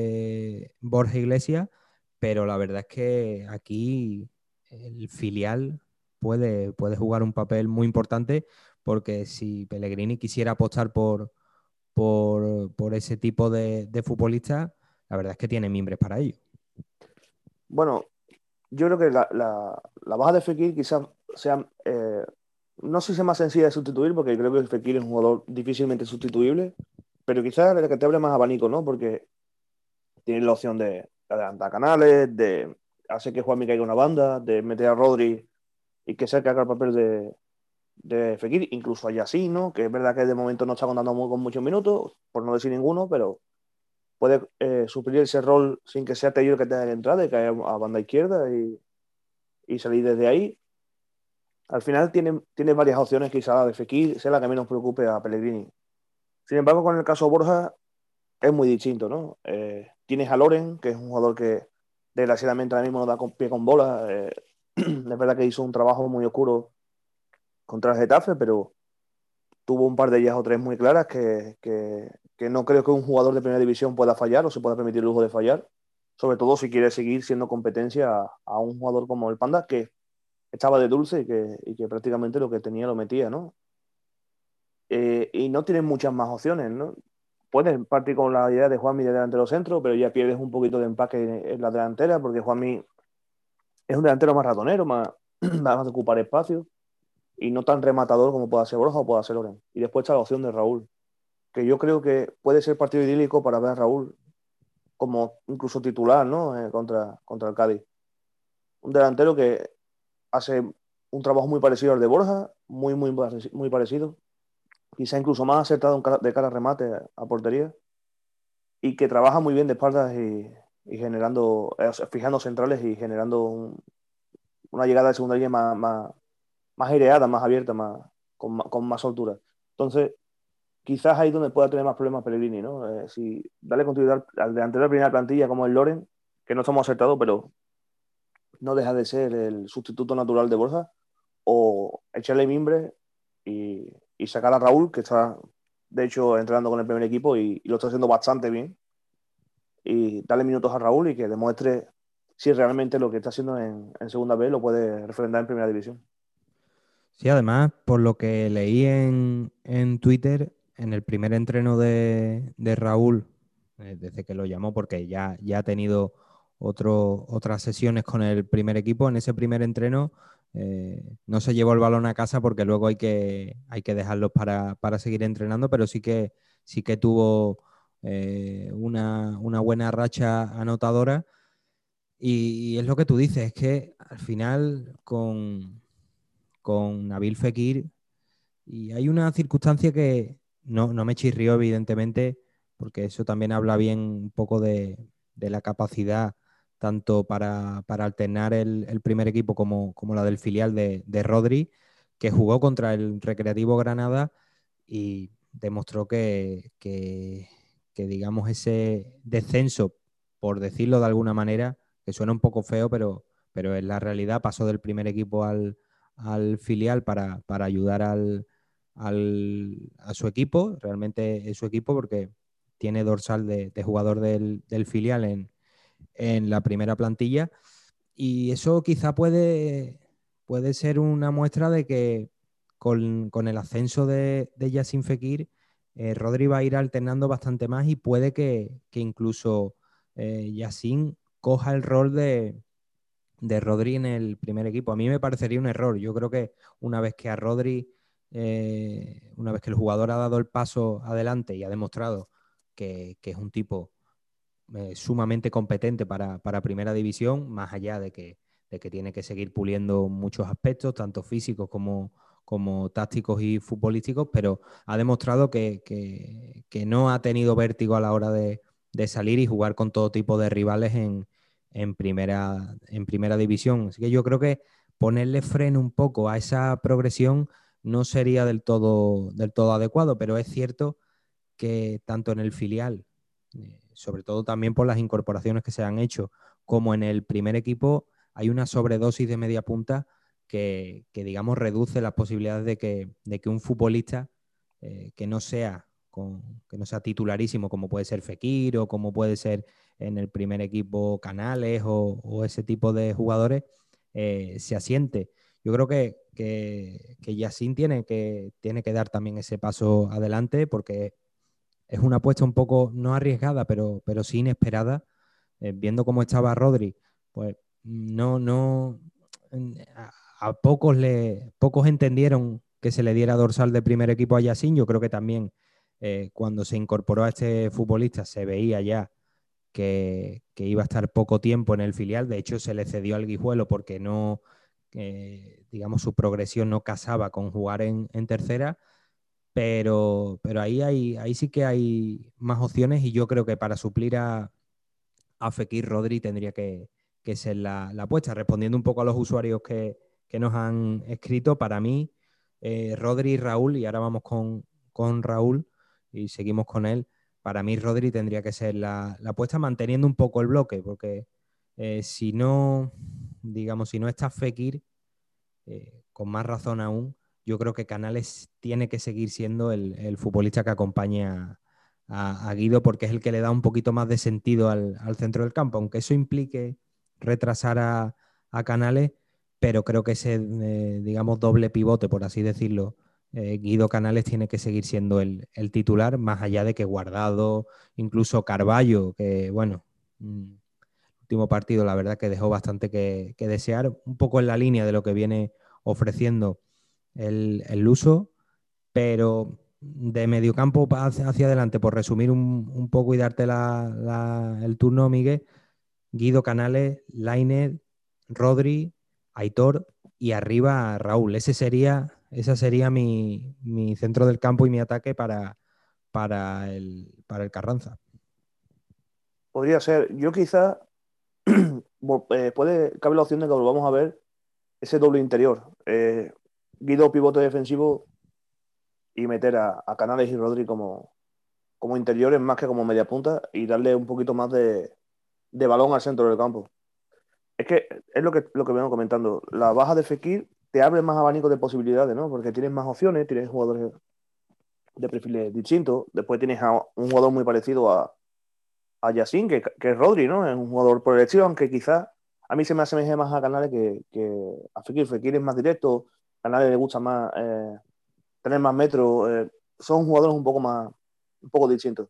de Borja Iglesias, pero la verdad es que aquí el filial puede, puede jugar un papel muy importante, porque si Pellegrini quisiera apostar por, por, por ese tipo de, de futbolista, la verdad es que tiene mimbres para ello. Bueno, yo creo que la, la, la baja de Fekir quizás sea, eh, no sé si es más sencilla de sustituir, porque creo que Fekir es un jugador difícilmente sustituible, pero quizás la que te abre más abanico, ¿no? Porque tienes la opción de adelantar canales, de hacer que Juanmi caiga una banda, de meter a Rodri y que sea que haga el papel de, de Fekir, incluso a Yacine, ¿no? Que es verdad que de momento no está contando muy, con muchos minutos, por no decir ninguno, pero puede eh, suplir ese rol sin que sea Tello el que tenga que entrar, de caer a banda izquierda y, y salir desde ahí. Al final tiene, tiene varias opciones, quizá la de Fekir sea la que menos preocupe a Pellegrini. Sin embargo, con el caso Borja es muy distinto, ¿no? Eh, tienes a Loren, que es un jugador que desgraciadamente ahora mismo no da con pie con bola. Eh, es verdad que hizo un trabajo muy oscuro contra el Getafe, pero tuvo un par de ellas o tres muy claras que, que, que no creo que un jugador de primera división pueda fallar o se pueda permitir el lujo de fallar, sobre todo si quiere seguir siendo competencia a, a un jugador como el Panda, que estaba de dulce y que, y que prácticamente lo que tenía lo metía, ¿no? Eh, y no tienes muchas más opciones, ¿no? Puedes partir con la idea de Juanmi de delantero centro, pero ya pierdes un poquito de empaque en la delantera, porque Juanmi es un delantero más ratonero, más, más a ocupar espacio y no tan rematador como pueda ser Borja o pueda ser Loren. Y después está la opción de Raúl, que yo creo que puede ser partido idílico para ver a Raúl como incluso titular, ¿no? Eh, contra, contra el Cádiz. Un delantero que hace un trabajo muy parecido al de Borja, muy, muy, muy parecido. Quizá incluso más acertado de cara a remate a portería. Y que trabaja muy bien de espaldas y, y generando, eh, fijando centrales y generando un, una llegada de segunda línea más, más, más aireada, más abierta, más, con, más, con más soltura. Entonces, quizás ahí donde pueda tener más problemas Pellegrini, ¿no? Eh, si darle continuidad al delantero de la primera plantilla como el Loren, que no estamos acertados, pero no deja de ser el sustituto natural de Borja, o echarle mimbre y, y sacar a Raúl, que está de hecho entrenando con el primer equipo y, y lo está haciendo bastante bien, y darle minutos a Raúl y que demuestre si realmente lo que está haciendo en, en segunda B lo puede refrendar en primera división. Sí, además, por lo que leí en, en Twitter, en el primer entreno de, de Raúl, eh, desde que lo llamó, porque ya, ya ha tenido otro, otras sesiones con el primer equipo, en ese primer entreno eh, no se llevó el balón a casa porque luego hay que, hay que dejarlos para, para seguir entrenando, pero sí que, sí que tuvo eh, una, una buena racha anotadora. Y, y es lo que tú dices, es que al final con con Nabil Fekir y hay una circunstancia que no, no me chirrió, evidentemente, porque eso también habla bien un poco de, de la capacidad tanto para, para alternar el, el primer equipo como, como la del filial de, de Rodri, que jugó contra el Recreativo Granada y demostró que, que, que, digamos, ese descenso, por decirlo de alguna manera, que suena un poco feo, pero, pero en la realidad pasó del primer equipo al, al filial para, para ayudar al, al, a su equipo, realmente es su equipo porque tiene dorsal de, de jugador del, del filial en, en, la primera plantilla y eso quizá puede, puede ser una muestra de que con, con el ascenso de, de Yacine Fekir, eh, Rodri va a ir alternando bastante más y puede que, que incluso eh, Yacine coja el rol de, de Rodri en el primer equipo. A mí me parecería un error. Yo creo que una vez que a Rodri, eh, una vez que el jugador ha dado el paso adelante y ha demostrado que, que es un tipo eh, sumamente competente para, para, primera división, más allá de que, de que tiene que seguir puliendo muchos aspectos, tanto físicos como, como tácticos y futbolísticos, pero ha demostrado que, que, que no ha tenido vértigo a la hora de, de salir y jugar con todo tipo de rivales en, en, primera, en primera división. Así que yo creo que ponerle freno un poco a esa progresión no sería del todo, del todo adecuado, pero es cierto que tanto en el filial, eh, sobre todo también por las incorporaciones que se han hecho, como en el primer equipo, hay una sobredosis de media punta que, que digamos, reduce las posibilidades de que, de que un futbolista eh, que no sea con, que no sea titularísimo, como puede ser Fekir o como puede ser en el primer equipo Canales o, o ese tipo de jugadores, eh, se asiente. Yo creo que, que, que Yacine tiene que, tiene que dar también ese paso adelante porque es una apuesta un poco no arriesgada, pero, pero sí inesperada. Eh, viendo cómo estaba Rodri, pues no, no, a, a pocos le, pocos entendieron que se le diera dorsal de primer equipo a Yacine. Yo creo que también eh, cuando se incorporó a este futbolista se veía ya que, que, iba a estar poco tiempo en el filial. De hecho, se le cedió al Guijuelo porque no, eh, digamos, su progresión no casaba con jugar en, en tercera. Pero, pero ahí, hay, ahí sí que hay más opciones y yo creo que para suplir a, a Fekir, Rodri tendría que, que ser la, la apuesta. Respondiendo un poco a los usuarios que, que nos han escrito, para mí, eh, Rodri y Raúl, y ahora vamos con, con Raúl y seguimos con él, para mí Rodri tendría que ser la, la apuesta manteniendo un poco el bloque, porque eh, si no, digamos, si no está Fekir, eh, con más razón aún, yo creo que Canales tiene que seguir siendo el, el futbolista que acompaña a, a Guido, porque es el que le da un poquito más de sentido al, al centro del campo, aunque eso implique retrasar a, a Canales, pero creo que ese, eh, digamos, doble pivote, por así decirlo, eh, Guido Canales tiene que seguir siendo el, el titular, más allá de que Guardado, incluso Carballo, que bueno, mm, último partido la verdad que dejó bastante que, que desear, un poco en la línea de lo que viene ofreciendo el, el Luso, pero de mediocampo hacia, hacia adelante, por resumir un, un poco y darte la, la, el turno, Miguel, Guido Canales, Lainez, Rodri, Aitor y arriba Raúl. Ese sería, esa sería mi, mi centro del campo y mi ataque para, para, el, para el Carranza. Podría ser. Yo quizás eh, puede, cabe la opción de que volvamos a ver ese doble interior. Eh, Guido pivote defensivo y meter a, a Canales y Rodri como, como interiores más que como media punta y darle un poquito más de, de balón al centro del campo. Es que es lo que, lo que vengo comentando. La baja de Fekir te abre más abanico de posibilidades, ¿no? Porque tienes más opciones, tienes jugadores de perfiles distintos. Después tienes a un jugador muy parecido a, a Yacine, que, que es Rodri, ¿no? Es un jugador por el estilo, aunque quizás a mí se me asemeje más a Canales que, que a Fekir. Fekir es más directo, a Canales le gusta más eh, tener más metros. Eh, son jugadores un poco más, un poco distintos.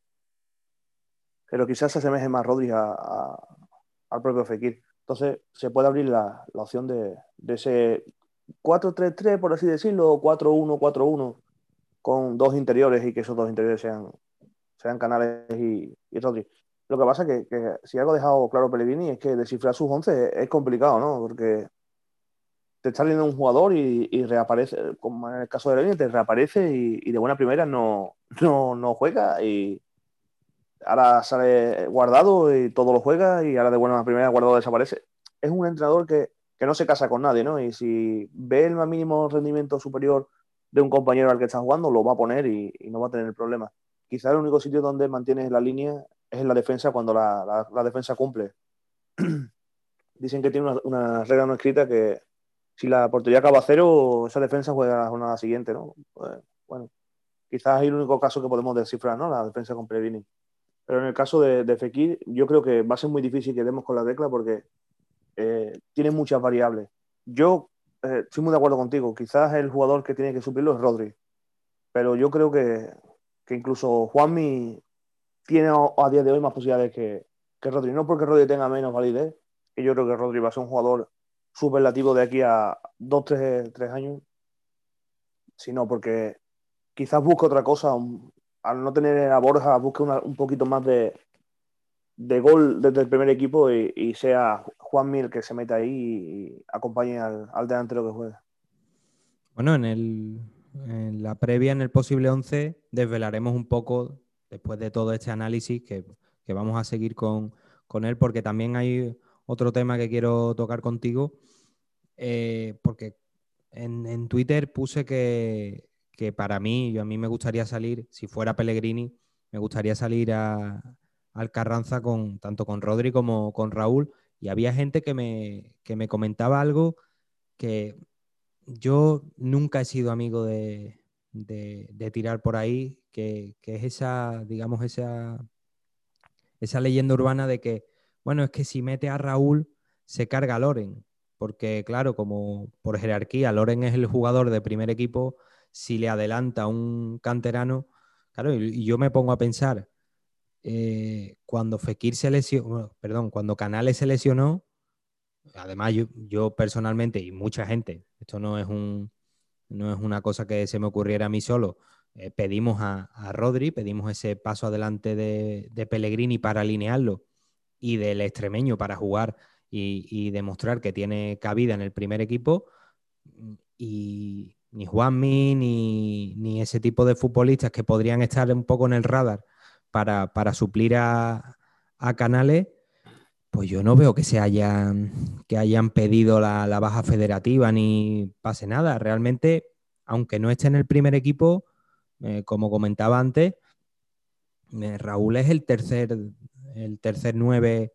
Pero quizás se asemeje más Rodri a, a, al propio Fekir. Entonces se puede abrir la, la opción de, de ese cuatro tres tres, por así decirlo, o cuatro uno cuatro uno, con dos interiores y que esos dos interiores sean, sean Canales y, y Rodri. Lo que pasa es que, que si algo ha dejado claro Pellegrini es que descifrar sus once es, es complicado, ¿no? Porque te está saliendo un jugador y, y reaparece, como en el caso de Pellegrini, te reaparece y, y de buena primera no, no, no juega y ahora sale Guardado y todo lo juega y ahora de buena primera Guardado desaparece. Es un entrenador que, que no se casa con nadie, ¿no? Y si ve el más mínimo rendimiento superior de un compañero al que está jugando, lo va a poner y, y no va a tener problemas. Quizá el único sitio donde mantienes la línea es en la defensa cuando la, la, la defensa cumple. Dicen que tiene una, una, regla no escrita que si la portería acaba a cero, esa defensa juega la jornada siguiente, ¿no? Pues, bueno, quizás es el único caso que podemos descifrar, ¿no? La defensa con Pellegrini. Pero en el caso de, de Fekir, yo creo que va a ser muy difícil que demos con la tecla porque eh, tiene muchas variables. Yo eh, estoy muy de acuerdo contigo. Quizás el jugador que tiene que suplirlo es Rodri. Pero yo creo que, que incluso Juanmi tiene a, a día de hoy más posibilidades que, que Rodri. No porque Rodri tenga menos validez, que yo creo que Rodri va a ser un jugador superlativo de aquí a dos, tres, tres años, sino porque quizás busque otra cosa. Un, al no tener a Borja, busque una, un poquito más de, de gol desde el primer equipo y, y sea Juanmi el que se meta ahí y acompañe al, al delantero que juegue. Bueno, en, el, en la previa, en el posible once, desvelaremos un poco, después de todo este análisis, que, que vamos a seguir con, con él, porque también hay otro tema que quiero tocar contigo, eh, porque en, en Twitter puse que, que para mí, yo a mí me gustaría salir, si fuera Pellegrini, me gustaría salir a, al Carranza con, tanto con Rodri como con Raúl, y había gente que me, que me comentaba algo que yo nunca he sido amigo de, de, de tirar por ahí, que, que es esa, digamos, esa, esa leyenda urbana de que, bueno, es que si mete a Raúl se carga a Loren, porque claro, como por jerarquía Loren es el jugador de primer equipo, si le adelanta un canterano, claro, y, y yo me pongo a pensar, eh, cuando Fekir se lesionó, perdón, cuando Canales se lesionó, además yo, yo personalmente y mucha gente, esto no es un, no es una cosa que se me ocurriera a mí solo. Eh, pedimos a, a Rodri, pedimos ese paso adelante de, de Pellegrini para alinearlo y del extremeño para jugar y, y demostrar que tiene cabida en el primer equipo. Y ni Juanmi ni, ni ese tipo de futbolistas que podrían estar un poco en el radar para, para suplir a, a Canales, pues yo no veo que se hayan, que hayan pedido la, la baja federativa ni pase nada. Realmente, aunque no esté en el primer equipo, eh, como comentaba antes, eh, Raúl es el tercer, el tercer nueve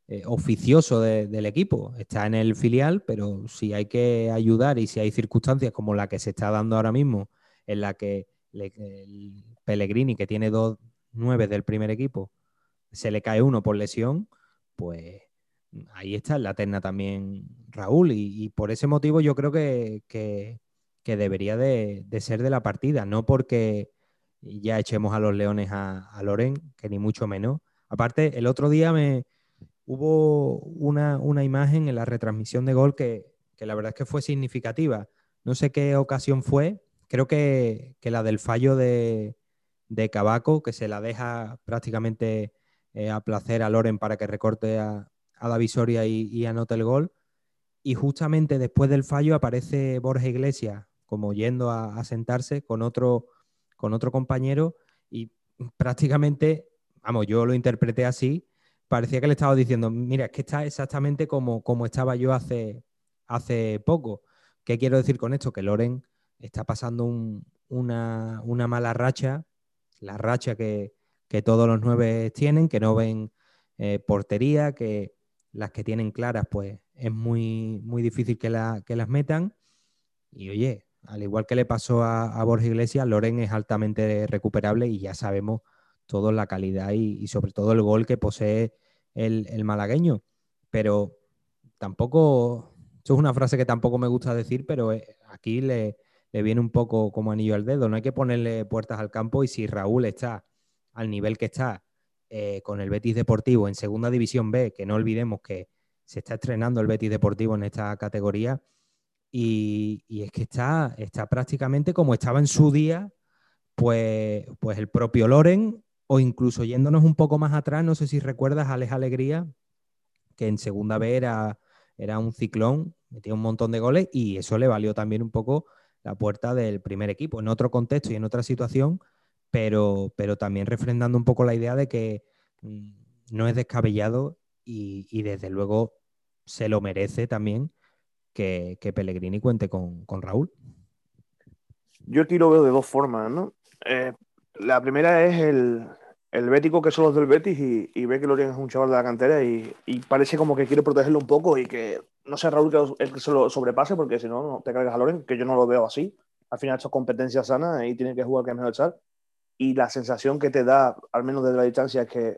eh, oficioso de, del equipo. Está en el filial, pero si hay que ayudar y si hay circunstancias como la que se está dando ahora mismo, en la que le, el Pellegrini, que tiene dos nueve del primer equipo, se le cae uno por lesión, pues ahí está en la terna también Raúl. Y, y por ese motivo yo creo que, que, que debería de, de, ser de la partida, no porque ya echemos a los Leones a, a Loren, que ni mucho menos. Aparte, el otro día me hubo una, una imagen en la retransmisión de gol que, que la verdad es que fue significativa. No sé qué ocasión fue, creo que, que la del fallo de, de Cabaco, que se la deja prácticamente eh, a placer a Loren para que recorte a, a David Soria y, y anote el gol. Y justamente después del fallo aparece Borja Iglesias como yendo a, a sentarse con otro, con otro compañero y prácticamente, vamos, yo lo interpreté así, parecía que le estaba diciendo, mira, es que está exactamente como, como estaba yo hace, hace poco. ¿Qué quiero decir con esto? Que Loren está pasando un, una, una mala racha, la racha que, que todos los nueve tienen, que no ven eh, portería, que las que tienen claras, pues es muy, muy difícil que, la, que las metan. Y oye, al igual que le pasó a, a Borja Iglesias, Loren es altamente recuperable y ya sabemos toda la calidad y, y sobre todo el gol que posee el, el malagueño. Pero tampoco, esto es una frase que tampoco me gusta decir, pero aquí le, le viene un poco como anillo al dedo. No hay que ponerle puertas al campo y si Raúl está al nivel que está eh, con el Betis Deportivo en Segunda División B, que no olvidemos que se está estrenando el Betis Deportivo en esta categoría, y, y es que está, está prácticamente como estaba en su día, pues, pues el propio Loren, o incluso yéndonos un poco más atrás, no sé si recuerdas a Alex Alegría, que en Segunda B era, era un ciclón, metía un montón de goles y eso le valió también un poco la puerta del primer equipo, en otro contexto y en otra situación, pero, pero también refrendando un poco la idea de que mmm, no es descabellado y, y desde luego se lo merece también que, que Pellegrini cuente con, con Raúl. Yo aquí lo veo de dos formas, ¿no? Eh, la primera es el, el bético que son los del Betis y, y ve que Lorien es un chaval de la cantera y, y parece como que quiere protegerlo un poco y que no sea Raúl que el que se lo sobrepase porque si no, no te cargas a Loren, que yo no lo veo así. Al final esto es competencia sana y tiene que jugar que es mejor echar. Y la sensación que te da, al menos desde la distancia, es que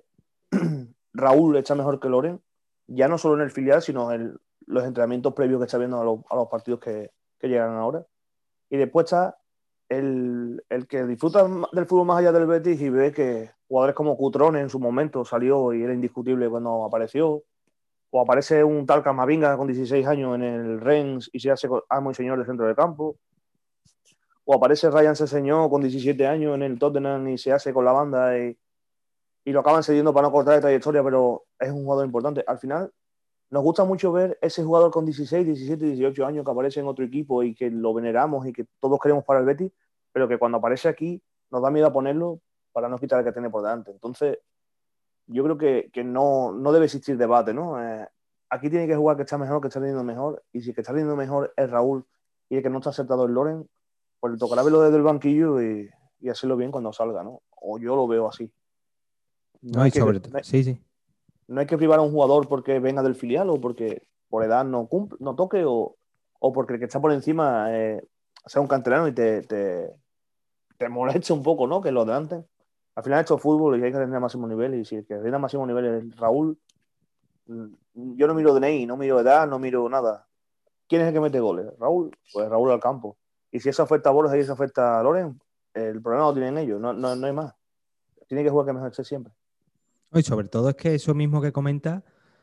Raúl echa mejor que Loren, ya no solo en el filial, sino en los entrenamientos previos que está viendo a los, a los partidos que, que llegan ahora. Y después está el, el que disfruta del fútbol más allá del Betis y ve que jugadores como Cutrone en su momento salió y era indiscutible cuando apareció, o aparece un tal Camavinga con dieciséis años en el Rennes y se hace amo y señor del centro de campo, o aparece Ryan Sessegnon con diecisiete años en el Tottenham y se hace con la banda y, y lo acaban cediendo para no cortar de trayectoria, pero es un jugador importante. Al final, nos gusta mucho ver ese jugador con dieciséis, diecisiete, dieciocho años que aparece en otro equipo y que lo veneramos y que todos queremos para el Betis, pero que cuando aparece aquí nos da miedo a ponerlo para no quitar el que tiene por delante. Entonces, yo creo que, que no, no debe existir debate, ¿no? Eh, aquí tiene que jugar que está mejor, que está rindiendo mejor, y si el que está rindiendo mejor es Raúl y el que no está acertado es Loren, pues le tocará verlo desde el banquillo y, y hacerlo bien cuando salga, ¿no? O yo lo veo así. No No, hay y que, sobre todo, no hay, sí, sí. no hay que privar a un jugador porque venga del filial o porque por edad no, cumple, no toque o, o porque el que está por encima eh, sea un canterano y te, te, te moleste un poco, ¿no? Que lo adelanten. Al final esto es fútbol y hay que tener máximo nivel y si el que rinde máximo nivel es Raúl, yo no miro D N I, no miro edad, no miro nada. ¿Quién es el que mete goles? Raúl, pues Raúl al campo. Y si eso afecta a Borja y eso afecta a Loren, el problema lo tienen ellos, no, no, no hay más. Tiene que jugar que mejor esté siempre. Y sobre todo es que eso mismo que comenta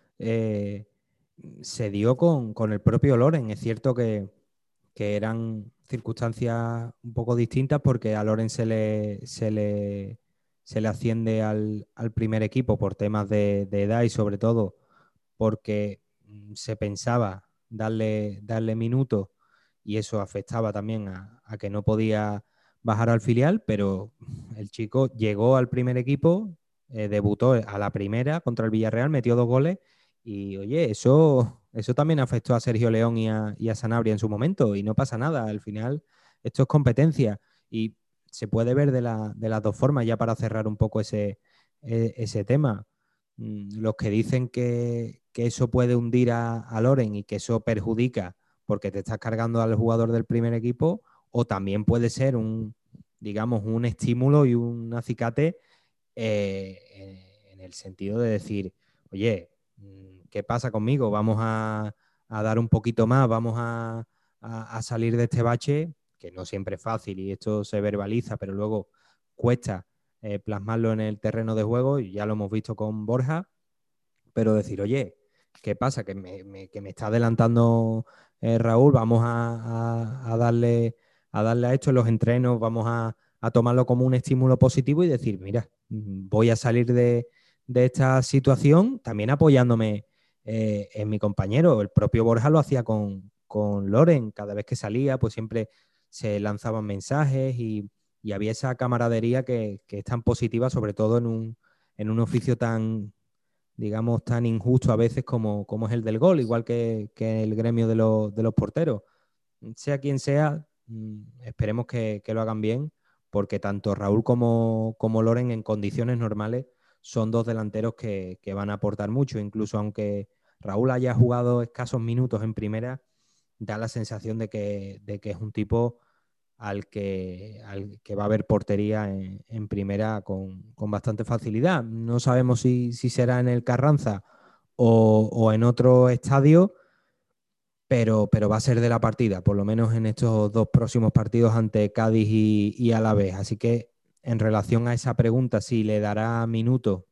eh, se dio con, con el propio Loren. Es cierto que, que eran circunstancias un poco distintas porque a Loren se le, se le, se le asciende al, al primer equipo por temas de, de edad y sobre todo porque se pensaba darle, darle minutos y eso afectaba también a, a que no podía bajar al filial, pero el chico llegó al primer equipo, eh, debutó a la primera contra el Villarreal, metió dos goles y oye, eso, eso también afectó a Sergio León y a, y a Sanabria en su momento y no pasa nada, al final esto es competencia y se puede ver de, la, de las dos formas ya para cerrar un poco ese, ese tema. mm, los que dicen que, que eso puede hundir a, a Loren y que eso perjudica porque te estás cargando al jugador del primer equipo, o también puede ser un, digamos, un estímulo y un acicate eh, en el sentido de decir, oye, ¿qué pasa conmigo? Vamos a, a dar un poquito más, vamos a, a, a salir de este bache, que no siempre es fácil y esto se verbaliza, pero luego cuesta eh, plasmarlo en el terreno de juego, y ya lo hemos visto con Borja, pero decir, oye, ¿qué pasa? Que me, me, que me está adelantando eh, Raúl, vamos a, a, a, darle, a darle a esto en los entrenos, vamos a, a tomarlo como un estímulo positivo y decir, mira, voy a salir de, de esta situación también apoyándome eh, en mi compañero. El propio Borja lo hacía con, con Loren, cada vez que salía, pues siempre se lanzaban mensajes y, y había esa camaradería que, que es tan positiva, sobre todo en un, en un oficio tan, digamos, tan injusto a veces como, como es el del gol, igual que, que el gremio de, lo, de los porteros. Sea quien sea, esperemos que, que, lo hagan bien, porque tanto Raúl como, como Loren en condiciones normales son dos delanteros que, que van a aportar mucho, incluso aunque Raúl haya jugado escasos minutos en primera, da la sensación de que, de que es un tipo al que, al que va a haber portería en, en primera con, con, bastante facilidad. No sabemos si, si será en el Carranza o, o en otro estadio, pero, pero va a ser de la partida, por lo menos en estos dos próximos partidos ante Cádiz y, y Alavés. Así que en relación a esa pregunta, si le dará minutos,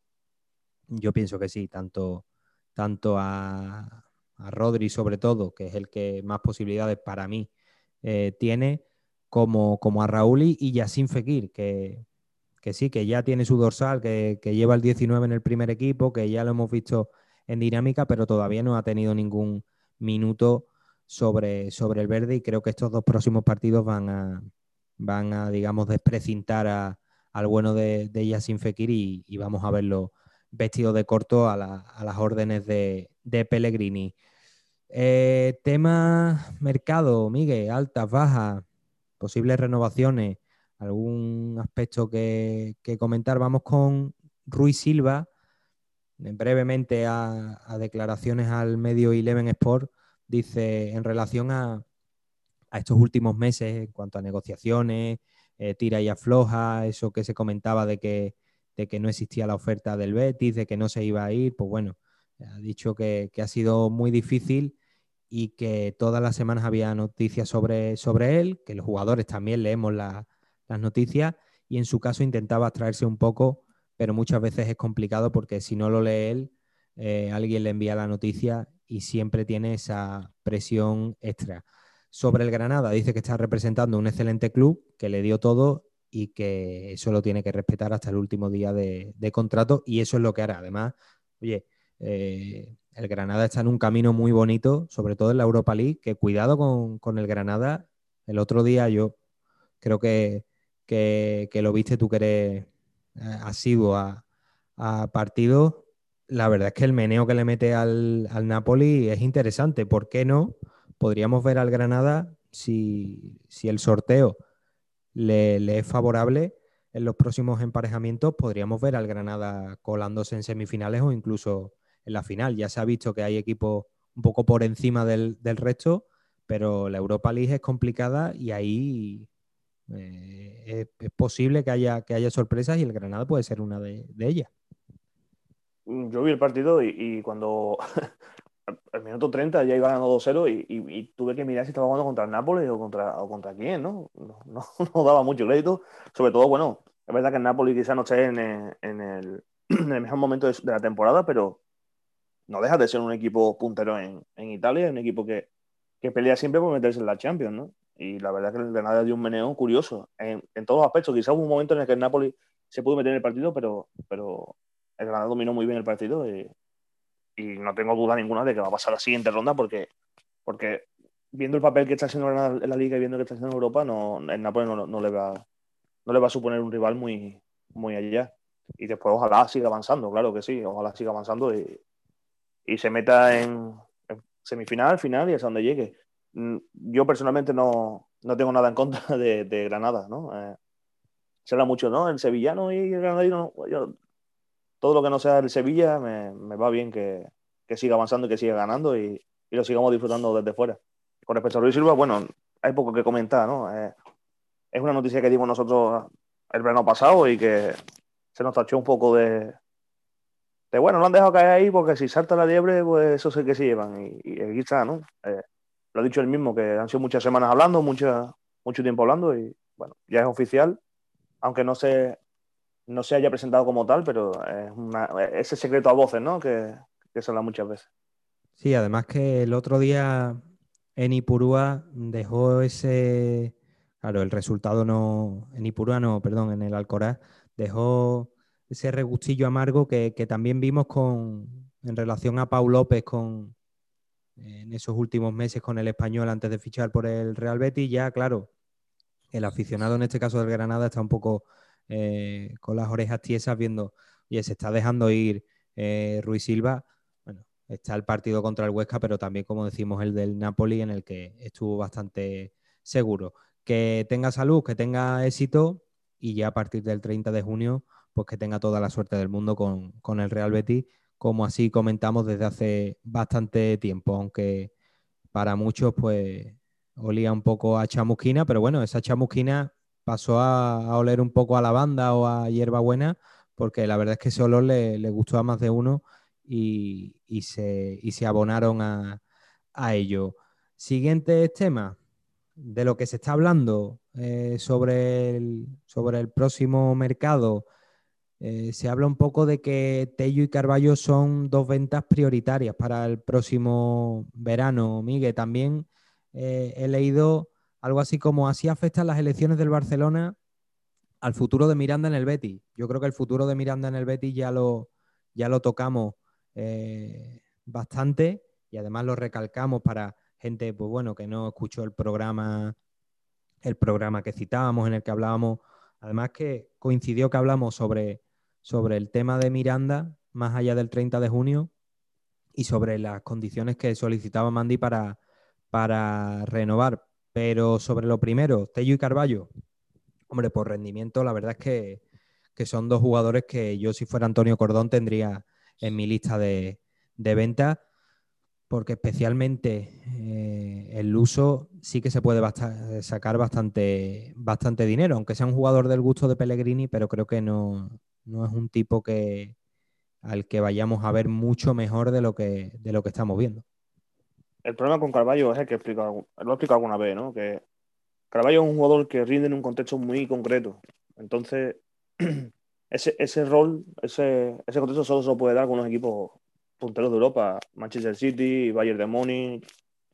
yo pienso que sí, tanto, tanto a, a Rodri sobre todo, que es el que más posibilidades para mí eh, tiene, como, como a Raúl y, y Yacine Fekir, que, que sí, que ya tiene su dorsal, que, que lleva el diecinueve en el primer equipo, que ya lo hemos visto en dinámica, pero todavía no ha tenido ningún minuto sobre, sobre el verde, y creo que estos dos próximos partidos van a, van a digamos, desprecintar a, al bueno de, de Yacine Fekir, y, y vamos a verlo vestido de corto a, la, a las órdenes de, de Pellegrini. Eh, tema mercado, Miguel, altas, bajas, posibles renovaciones, algún aspecto que, que comentar. Vamos con Rui Silva, brevemente a, a declaraciones al medio Eleven Sport. Dice, en relación a, a estos últimos meses, en cuanto a negociaciones, eh, tira y afloja, eso que se comentaba de que, de que no existía la oferta del Betis, de que no se iba a ir, pues bueno, ha dicho que, que ha sido muy difícil y que todas las semanas había noticias sobre, sobre él, que los jugadores también leemos la, las noticias, y en su caso intentaba abstraerse un poco, pero muchas veces es complicado porque si no lo lee él, eh, alguien le envía la noticia y siempre tiene esa presión extra. Sobre el Granada, dice que está representando un excelente club, que le dio todo y que eso lo tiene que respetar hasta el último día de, de contrato, y eso es lo que hará. Además, oye, eh, el Granada está en un camino muy bonito, sobre todo en la Europa League, que cuidado con, con el Granada. El otro día yo creo que, que, que lo viste tú, que eres eh, asiduo a, a partidos. La verdad es que el meneo que le mete al, al Napoli es interesante. ¿Por qué no? Podríamos ver al Granada, si, si el sorteo le, le es favorable en los próximos emparejamientos, podríamos ver al Granada colándose en semifinales o incluso en la final. Ya se ha visto que hay equipos un poco por encima del, del resto, pero la Europa League es complicada y ahí eh, es, es, posible que haya, que haya sorpresas, y el Granada puede ser una de, de ellas. Yo vi el partido y, y cuando al minuto treinta ya iba ganando dos cero, y, y, y tuve que mirar si estaba jugando contra el Nápoles o contra, o contra quién, ¿no? No, no, no daba mucho crédito. Sobre todo, bueno, es verdad que el Nápoles quizás no esté en, en, el, en el mejor momento de, de la temporada, pero no deja de ser un equipo puntero en, en Italia, un equipo que, que pelea siempre por meterse en la Champions, ¿no? Y la verdad que el Granada dio un meneo curioso en, en todos los aspectos. Quizás hubo un momento en el que el Napoli se pudo meter en el partido, pero, pero el Granada dominó muy bien el partido, y, y no tengo duda ninguna de que va a pasar la siguiente ronda, porque, porque viendo el papel que está haciendo Granada en la Liga y viendo que está haciendo en Europa, no, el Napoli no, no, le va, no le va a suponer un rival muy, muy allá. Y después ojalá siga avanzando, claro que sí, ojalá siga avanzando y, y se meta en, en semifinal, final y hasta donde llegue. Yo personalmente no, no tengo nada en contra de, de Granada, ¿no? Eh, se habla mucho, ¿no? El sevillano y el granadino. Yo todo lo que no sea el Sevilla me, me va bien que, que siga avanzando y que siga ganando y, y lo sigamos disfrutando desde fuera. Con respecto a Luis Silva, bueno, hay poco que comentar, ¿no? Eh, es una noticia que dimos nosotros el verano pasado y que se nos tachó un poco de, de bueno, lo han dejado caer ahí porque si salta la liebre, pues eso sé que se llevan. Y, y aquí está, ¿no? Eh, lo ha dicho él mismo, que han sido muchas semanas hablando, mucha, mucho tiempo hablando y bueno, ya es oficial, aunque no se, no se haya presentado como tal, pero es una, ese secreto a voces, ¿no? Que, que se habla muchas veces. Sí, además que el otro día en Ipurúa dejó ese, claro, el resultado no, en Ipurúa no, perdón, en el Alcoraz, dejó ese regustillo amargo que, que también vimos con, en relación a Pau López con, en esos últimos meses con el Español antes de fichar por el Real Betis. Ya, claro, el aficionado en este caso del Granada está un poco eh, con las orejas tiesas viendo, oye, se está dejando ir eh, Ruiz Silva. Bueno, está el partido contra el Huesca, pero también, como decimos, el del Napoli, en el que estuvo bastante seguro. Que tenga salud, que tenga éxito y ya a partir del treinta de junio, pues que tenga toda la suerte del mundo con, con el Real Betis, como así comentamos desde hace bastante tiempo, aunque para muchos, pues olía un poco a chamusquina, pero bueno, esa chamusquina pasó a, a oler un poco a lavanda o a hierbabuena, porque la verdad es que ese olor le, le gustó a más de uno y, y, se, y se abonaron a, a ello. Siguiente tema de lo que se está hablando eh, sobre, el, sobre el próximo mercado. Eh, se habla un poco de que Tello y Carballo son dos ventas prioritarias para el próximo verano. Miguel, también eh, he leído algo así como así afectan las elecciones del Barcelona al futuro de Miranda en el Betis. Yo creo que el futuro de Miranda en el Betis ya lo, ya lo tocamos eh, bastante y además lo recalcamos para gente, pues bueno, que no escuchó el programa, el programa que citábamos en el que hablábamos. Además que coincidió que hablamos sobre, sobre el tema de Miranda más allá del treinta de junio y sobre las condiciones que solicitaba Mandy para, para renovar. Pero sobre lo primero, Tello y Carballo, hombre, por rendimiento, la verdad es que, que son dos jugadores que yo, si fuera Antonio Cordón, tendría en mi lista de, de venta, porque especialmente eh, el Luso sí que se puede basta sacar bastante, bastante dinero, aunque sea un jugador del gusto de Pellegrini, pero creo que no, no es un tipo que, al que vayamos a ver mucho mejor de lo que, de lo que estamos viendo. El problema con Carballo es el que he explicado, lo he explicado alguna vez, ¿no? Que Carballo es un jugador que rinde en un contexto muy concreto. Entonces, ese, ese rol, ese, ese contexto solo se lo puede dar con unos equipos punteros de Europa, Manchester City, Bayern de Múnich.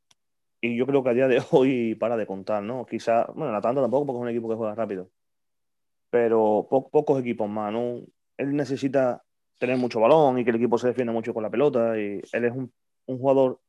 Y yo creo que a día de hoy para de contar, ¿no? Quizá, bueno, el Atalanta tampoco porque es un equipo que juega rápido, pero po pocos equipos más, ¿no? Él necesita tener mucho balón y que el equipo se defienda mucho con la pelota. Y él es un, un jugador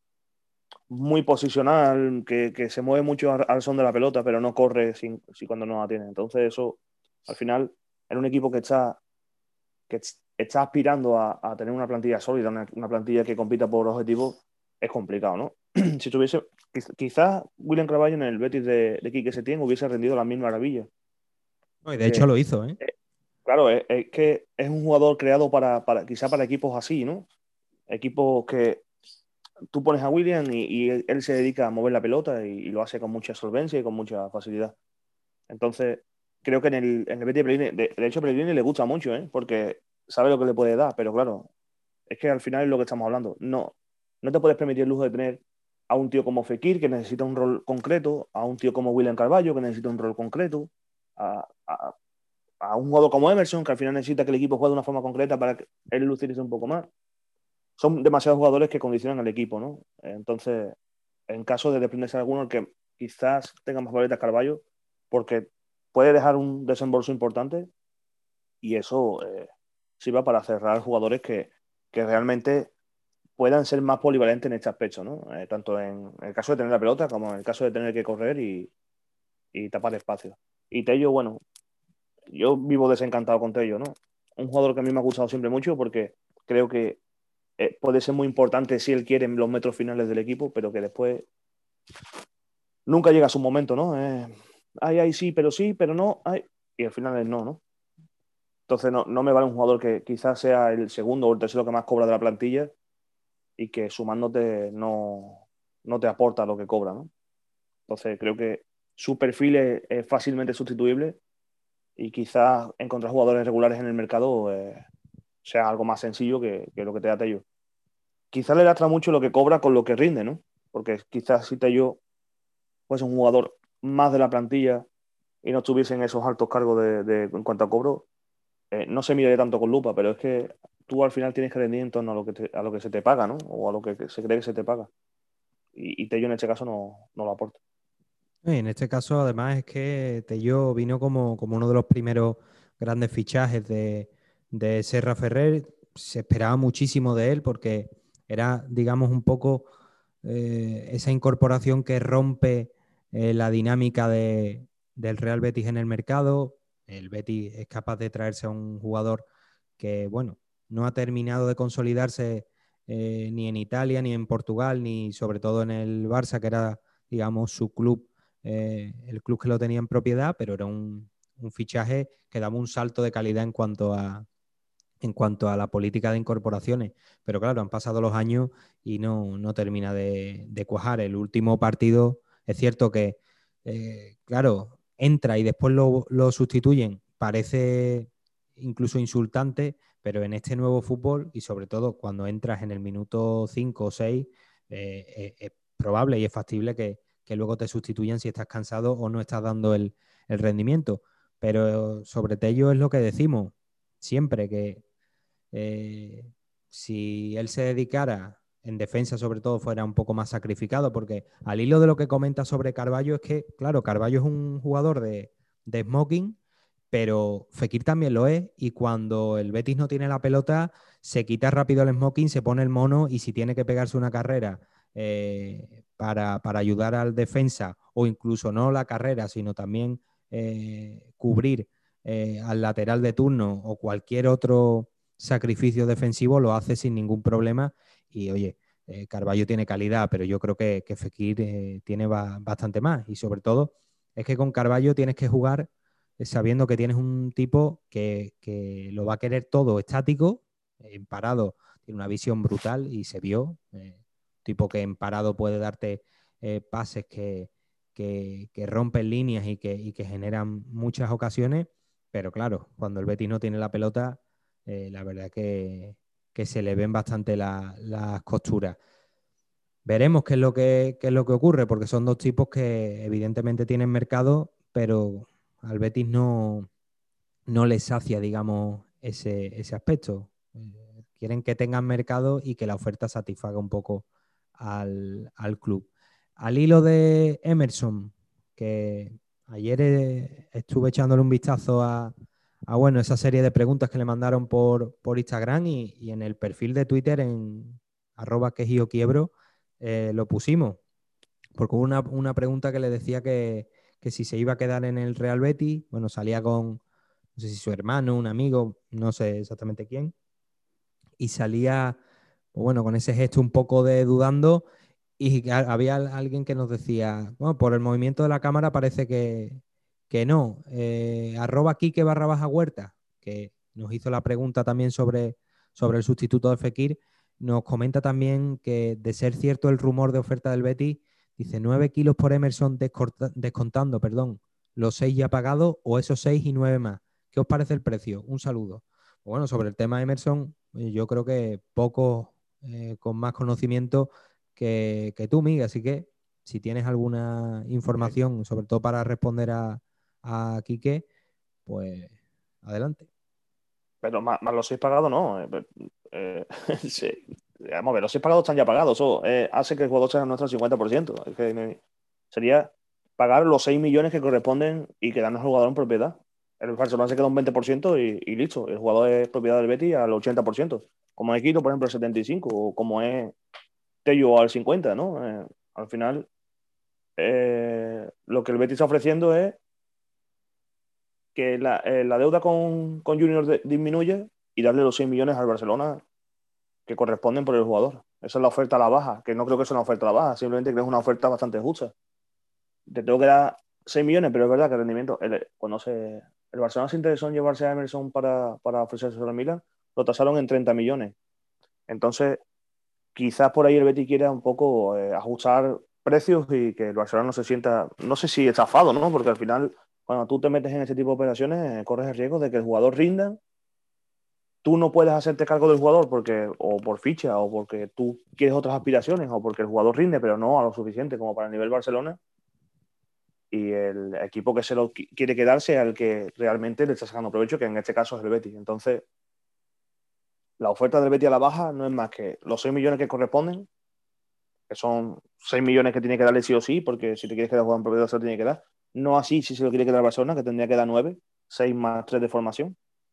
muy posicional, que, que se mueve mucho al, al son de la pelota, pero no corre si, si cuando no la tiene. Entonces eso, al final, en un equipo que está, que está aspirando a, a tener una plantilla sólida, una, una, plantilla que compita por objetivos, es complicado, ¿no? Si tuviese, quizás William Carvalho en el Betis de, de Quique Setién hubiese rendido la misma maravilla. No, y de hecho Que, lo hizo, ¿eh? eh, claro, es, es, que es un jugador creado para, para quizá para equipos así, ¿no? Equipos que tú pones a William y, y él se dedica a mover la pelota y, y lo hace con mucha solvencia y con mucha facilidad. Entonces, creo que en el, en el Betis Pellegrini, de, de hecho, a Pellegrini le gusta mucho, ¿eh? Porque sabe lo que le puede dar, pero claro, es que al final es lo que estamos hablando. No, no te puedes permitir el lujo de tener a un tío como Fekir, que necesita un rol concreto, a un tío como William Carvalho, que necesita un rol concreto, a, a, a un jugador como Emerson, que al final necesita que el equipo juegue de una forma concreta para que él lucirse un poco más. Son demasiados jugadores que condicionan al equipo, ¿no? Entonces, en caso de desprenderse de alguno, el que quizás tenga más favoritas Carballo, porque puede dejar un desembolso importante y eso eh, sirva para cerrar jugadores que, que realmente puedan ser más polivalentes en este aspecto, ¿no? Eh, tanto en el caso de tener la pelota como en el caso de tener que correr y, y tapar espacio. Y Tello, bueno, yo vivo desencantado con Tello, ¿no? Un jugador que a mí me ha gustado siempre mucho porque creo que eh, puede ser muy importante si él quiere en los metros finales del equipo, pero que después nunca llega a su momento, ¿no? Eh, ay, ay, sí, pero sí, pero no, ay, y al final es no, ¿no? Entonces no, no me vale un jugador que quizás sea el segundo o el tercero que más cobra de la plantilla y que sumándote no, no te aporta lo que cobra, ¿no? Entonces creo que su perfil es, es fácilmente sustituible y quizás encontrar jugadores regulares en el mercado eh, sea algo más sencillo que, que lo que te da Tello. Quizás le lastra mucho lo que cobra con lo que rinde, ¿no? Porque quizás si Tello fuese un jugador más de la plantilla y no estuviese en esos altos cargos de, de, en cuanto a cobro, eh, no se mide tanto con lupa, pero es que tú al final tienes que rendir en torno a lo que, te, a lo que se te paga, ¿no? O a lo que se cree que se te paga. Y, y Tello en este caso no, no lo aporta. Y en este caso, además, es que Tello vino como, como uno de los primeros grandes fichajes de, de Serra Ferrer. Se esperaba muchísimo de él porque era, digamos, un poco eh, esa incorporación que rompe eh, la dinámica de, del Real Betis en el mercado. El Betis es capaz de traerse a un jugador que, bueno, no ha terminado de consolidarse eh, ni en Italia, ni en Portugal, ni sobre todo en el Barça, que era, digamos, su club, eh, el club que lo tenía en propiedad, pero era un, un fichaje que daba un salto de calidad en cuanto a, en cuanto a la política de incorporaciones. Pero claro, han pasado los años y no, no termina de, de cuajar. El último partido, es cierto que, eh, claro, entra y después lo, lo sustituyen. Parece incluso insultante, pero en este nuevo fútbol y sobre todo cuando entras en el minuto cinco o seis, eh, es, es probable y es factible que, que luego te sustituyan si estás cansado o no estás dando el, el rendimiento. Pero sobre Tello es lo que decimos siempre, que eh, si él se dedicara en defensa, sobre todo, fuera un poco más sacrificado, porque al hilo de lo que comenta sobre Carballo, es que, claro, Carballo es un jugador de, de smoking, pero Fekir también lo es, y cuando el Betis no tiene la pelota, se quita rápido el smoking, se pone el mono, y si tiene que pegarse una carrera eh, para, para, ayudar al defensa, o incluso no la carrera, sino también eh, cubrir eh, al lateral de turno o cualquier otro sacrificio defensivo, lo hace sin ningún problema. Y oye, eh, Carballo tiene calidad, pero yo creo que, que Fekir eh, tiene ba bastante más. Y sobre todo, es que con Carballo tienes que jugar eh, sabiendo que tienes un tipo que, que, lo va a querer todo estático, en parado tiene una visión brutal y se vio. Eh, tipo que en parado puede darte eh, pases que, que, que rompen líneas y que, y que generan muchas ocasiones. Pero claro, cuando el Betis no tiene la pelota, eh, la verdad que, que, se le ven bastante la, las costuras. Veremos qué es, lo que, qué es lo que ocurre, porque son dos tipos que evidentemente tienen mercado, pero al Betis no, no les sacia, digamos, ese, ese aspecto. Eh, quieren que tengan mercado y que la oferta satisfaga un poco al, al club. Al hilo de Emerson, que ayer eh, estuve echándole un vistazo a, a bueno, esa serie de preguntas que le mandaron por, por Instagram y, y en el perfil de Twitter en arroba quejío quiebro eh, lo pusimos, porque hubo una, una pregunta que le decía que, que si se iba a quedar en el Real Betis, bueno, salía con, no sé si su hermano, un amigo, no sé exactamente quién, y salía, pues bueno, con ese gesto un poco de dudando, y había alguien que nos decía, bueno, por el movimiento de la cámara parece que, que no. Eh, arroba Quique barra baja Huerta, que nos hizo la pregunta también sobre, sobre el sustituto de Fekir, nos comenta también que de ser cierto el rumor de oferta del Betis, dice nueve kilos por Emerson descontando, perdón, los seis ya pagados o esos seis y nueve más. ¿Qué os parece el precio? Un saludo. Bueno, sobre el tema de Emerson, yo creo que pocos eh, con más conocimiento que, que tú, Miguel. Así que si tienes alguna información, sobre todo para responder a, a Quique, pues adelante. Pero más, más los seis pagados no. Eh, eh, sí. Vamos a ver, los seis pagados están ya pagados. Eso eh, hace que el jugador sea nuestro cincuenta por ciento. Es que me, sería pagar los seis millones que corresponden y quedarnos al jugador en propiedad. El Barcelona se queda un veinte por ciento y, y listo. El jugador es propiedad del Betis al ochenta por ciento. Como es Quito, por ejemplo, el setenta y cinco por ciento. O como es Tello al cincuenta por ciento, ¿no? Eh, al final, eh, lo que el Betis está ofreciendo es que la, eh, la deuda con, con Junior de, disminuya y darle los seis millones al Barcelona que corresponden por el jugador. Esa es la oferta a la baja, que no creo que sea una oferta a la baja, simplemente que es una oferta bastante justa. Te tengo que dar seis millones, pero es verdad que el rendimiento, el, cuando se, el Barcelona se interesó en llevarse a Emerson para, para ofrecerse al Milan, lo tasaron en treinta millones. Entonces, quizás por ahí el Betis quiera un poco eh, ajustar precios y que el Barcelona no se sienta, no sé si estafado, ¿no? Porque al final, cuando tú te metes en ese tipo de operaciones, eh, corres el riesgo de que el jugador rinda, tú no puedes hacerte cargo del jugador porque o por ficha o porque tú quieres otras aspiraciones o porque el jugador rinde, pero no a lo suficiente como para el nivel Barcelona, y el equipo que se lo quiere quedarse al que realmente le está sacando provecho, que en este caso es el Betis. Entonces, la oferta del Betis a la baja no es más que los seis millones que corresponden, que son seis millones que tiene que darle sí o sí, porque si te quieres quedar jugando en propiedad se lo tiene que dar. No así si se lo quiere quedar Barcelona, que tendría que dar nueve, seis más tres de formación.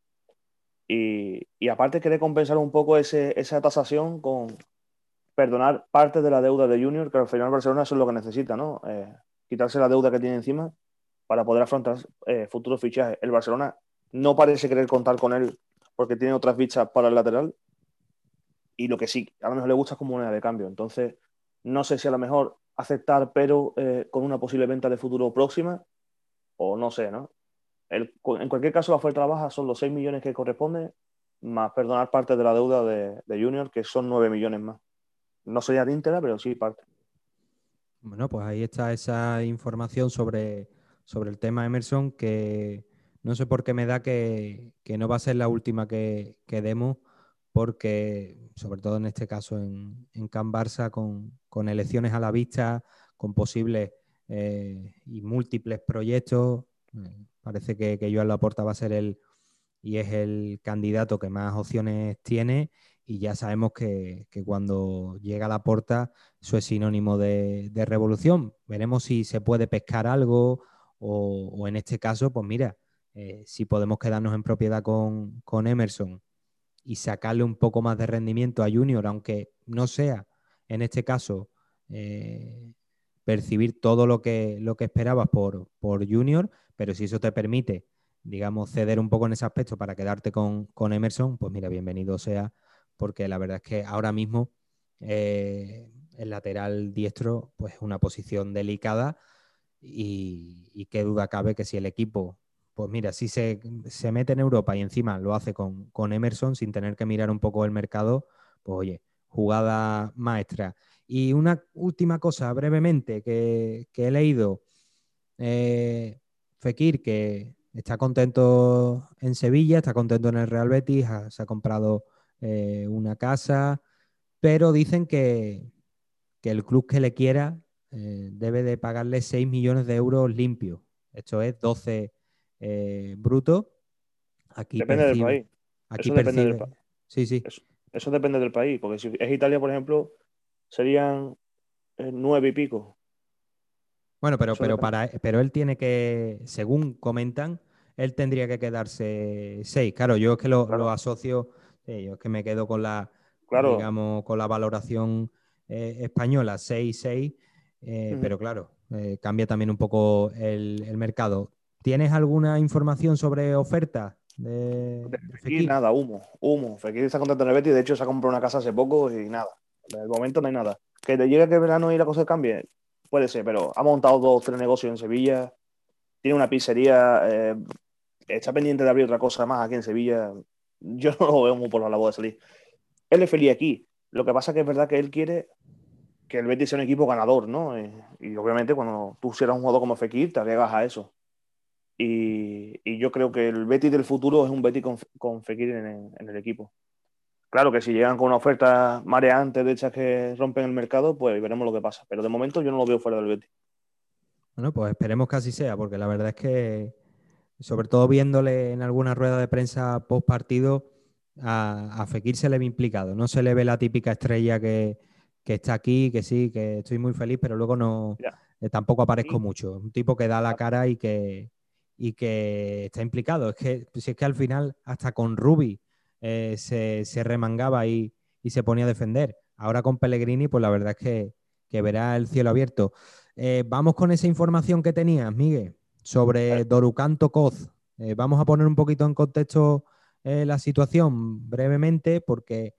Y, y aparte quiere compensar un poco ese, esa tasación con perdonar parte de la deuda de Junior, que al final Barcelona eso es lo que necesita, ¿no? Eh, quitarse la deuda que tiene encima para poder afrontar eh, futuros fichajes. El Barcelona no parece querer contar con él porque tiene otras fichas para el lateral, y lo que sí, a lo mejor le gusta es como moneda de cambio. Entonces, no sé si a lo mejor aceptar, pero eh, con una posible venta de futuro próxima, o no sé, ¿no? El, en cualquier caso, la oferta baja son los seis millones que corresponde, más perdonar parte de la deuda de, de Junior, que son nueve millones más. No sería íntegra, pero sí parte. Bueno, pues ahí está esa información sobre, sobre el tema Emerson, que no sé por qué me da que, que no va a ser la última que, que demos, porque sobre todo en este caso en, en Can Barça, con, con elecciones a la vista, con posibles eh, y múltiples proyectos, eh, parece que, que Joan Laporta va a ser el, y es el candidato que más opciones tiene, y ya sabemos que, que cuando llega a Laporta eso es sinónimo de, de revolución. Veremos si se puede pescar algo o, o en este caso, pues mira, eh, si podemos quedarnos en propiedad con, con Emerson y sacarle un poco más de rendimiento a Junior, aunque no sea en este caso eh, percibir todo lo que, lo que esperabas por, por Junior, pero si eso te permite, digamos, ceder un poco en ese aspecto para quedarte con, con Emerson, pues mira, bienvenido sea, porque la verdad es que ahora mismo eh, el lateral diestro, pues es una posición delicada, y, y qué duda cabe que si el equipo, pues mira, si se, se mete en Europa y encima lo hace con, con Emerson sin tener que mirar un poco el mercado, pues oye, jugada maestra. Y una última cosa, brevemente, que, que he leído, eh, Fekir, que está contento en Sevilla, está contento en el Real Betis, ha, se ha comprado eh, una casa, pero dicen que, que el club que le quiera eh, debe de pagarle seis millones de euros limpios. Esto es doce eh, brutos. Aquí Depende del percibe, país. aquí Eso depende del percibe, país. sí, sí. Eso, eso depende del país. Porque si es Italia, por ejemplo, serían eh, nueve y pico. Bueno, pero, Eso pero, depende. para, pero él tiene que, según comentan, él tendría que quedarse seis. Claro, yo es que lo, lo Claro, asocio, eh, yo es que me quedo con la, claro. digamos, con la valoración eh, española, seis seis, eh, Ujú. pero claro, eh, cambia también un poco el, el mercado. ¿Tienes alguna información sobre ofertas de, De de Fekir, Fekir? nada, humo, humo. Fekir está contento en el Betis, de hecho se ha comprado una casa hace poco y nada. De momento no hay nada. Que te llegue que el verano y la cosa cambie, puede ser, pero ha montado dos, tres negocios en Sevilla, tiene una pizzería, eh, está pendiente de abrir otra cosa más aquí en Sevilla. Yo no lo veo muy por la labor de salir. Él es feliz aquí. Lo que pasa que es verdad que él quiere que el Betis sea un equipo ganador, ¿no? Eh, y obviamente cuando tú eres un jugador como Fekir, te arriesgas a eso. Y, y yo creo que el Betis del futuro es un Betis con, con Fekir en, en el equipo. Claro que si llegan con una oferta mareante de hechas que rompen el mercado, pues veremos lo que pasa. Pero de momento yo no lo veo fuera del Betis. Bueno, pues esperemos que así sea, porque la verdad es que, sobre todo viéndole en alguna rueda de prensa post partido, a, a Fekir se le ve implicado. No se le ve la típica estrella que, que está aquí, que sí, que estoy muy feliz, pero luego no Mira, eh, tampoco aparezco aquí, mucho. Un tipo que da la cara y que, y que está implicado. Es que si es que al final hasta con Rubi eh, se, se remangaba y, y se ponía a defender. Ahora con Pellegrini, pues la verdad es que, que verá el cielo abierto. Eh, vamos con esa información que tenías, Miguel, sobre eh, Dorukan Tokoz. Eh, vamos a poner un poquito en contexto eh, la situación brevemente, porque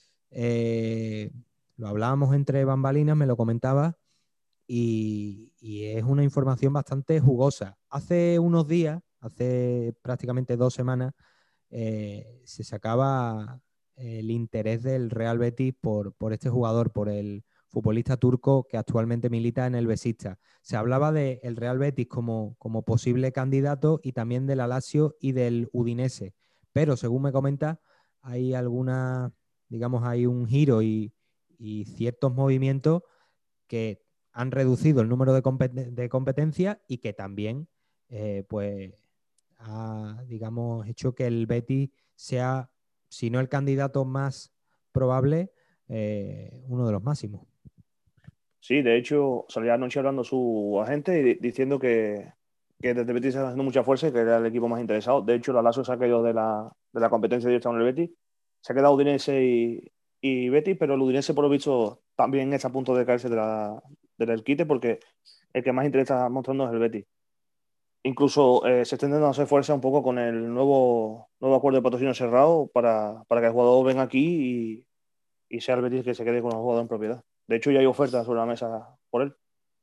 eh, lo hablábamos entre bambalinas, me lo comentaba, y, y es una información bastante jugosa. Hace unos días, hace prácticamente dos semanas eh, se sacaba el interés del Real Betis por, por este jugador, por el futbolista turco que actualmente milita en el Besiktas. Se hablaba del Real Betis como, como posible candidato y también del Lazio y del Udinese. Pero según me comenta, hay alguna, digamos, hay un giro y, y ciertos movimientos que han reducido el número de, competen de competencias y que también, eh, pues, ha, digamos, hecho que el Betis sea, si no el candidato más probable, eh, uno de los máximos. Sí, de hecho, salía anoche hablando su agente y di- diciendo que, que desde Betis está haciendo mucha fuerza y que era el equipo más interesado. De hecho, la Lazio se ha caído de la, de la competencia directa con el Betis. Se ha quedado Udinese y, y Betis, pero el Udinese, por lo visto, también está a punto de caerse de la, del quite porque el que más interés está mostrando es el Betis. Incluso eh, se está intentando hacer fuerza un poco con el nuevo, nuevo acuerdo de patrocinio cerrado para, para que el jugador venga aquí y, y sea el Betis que se quede con el jugador en propiedad. De hecho, ya hay ofertas sobre la mesa por él.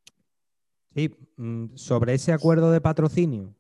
Sí, mm, sobre ese acuerdo de patrocinio,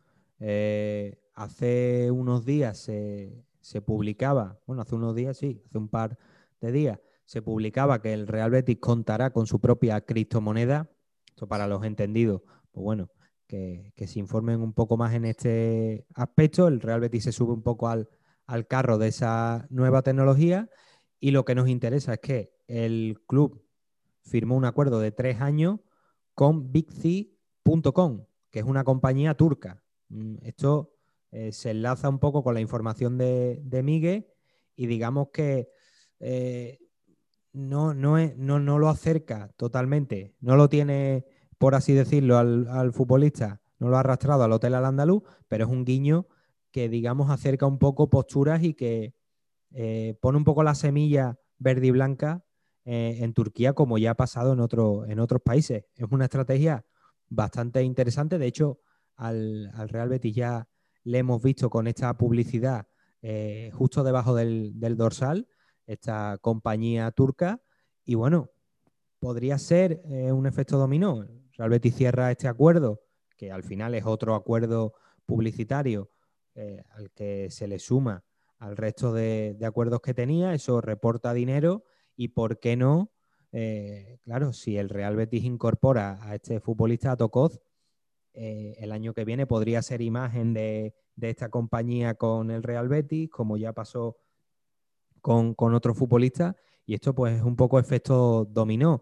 eh, hace unos días se, se publicaba, bueno, hace unos días sí, hace un par de días, se publicaba que el Real Betis contará con su propia criptomoneda. Esto para los entendidos, pues bueno, que, que se informen un poco más en este aspecto. El Real Betis se sube un poco al, al carro de esa nueva tecnología y lo que nos interesa es que el club firmó un acuerdo de tres años con bigc punto com, que es una compañía turca. Mm, Esto eh, se enlaza un poco con la información de, de Miguel y digamos que eh, no, no, es, no, no lo acerca totalmente, no lo tiene, por así decirlo, al, al futbolista, no lo ha arrastrado al Hotel Al Andaluz, pero es un guiño que, digamos, acerca un poco posturas y que eh, pone un poco la semilla verde y blanca eh, en Turquía, como ya ha pasado en, otro, en otros países. Es una estrategia bastante interesante. De hecho, al, al Real Betis ya le hemos visto con esta publicidad eh, justo debajo del, del dorsal, esta compañía turca. Y bueno, podría ser eh, un efecto dominó. El Real Betis cierra este acuerdo, que al final es otro acuerdo publicitario eh, al que se le suma al resto de, de, acuerdos que tenía. Eso reporta dinero y, ¿por qué no? Eh, claro, si el Real Betis incorpora a este futbolista, a Tocoz, eh, el año que viene podría ser imagen de, de esta compañía con el Real Betis, como ya pasó con, con otros futbolistas, y esto pues es un poco efecto dominó.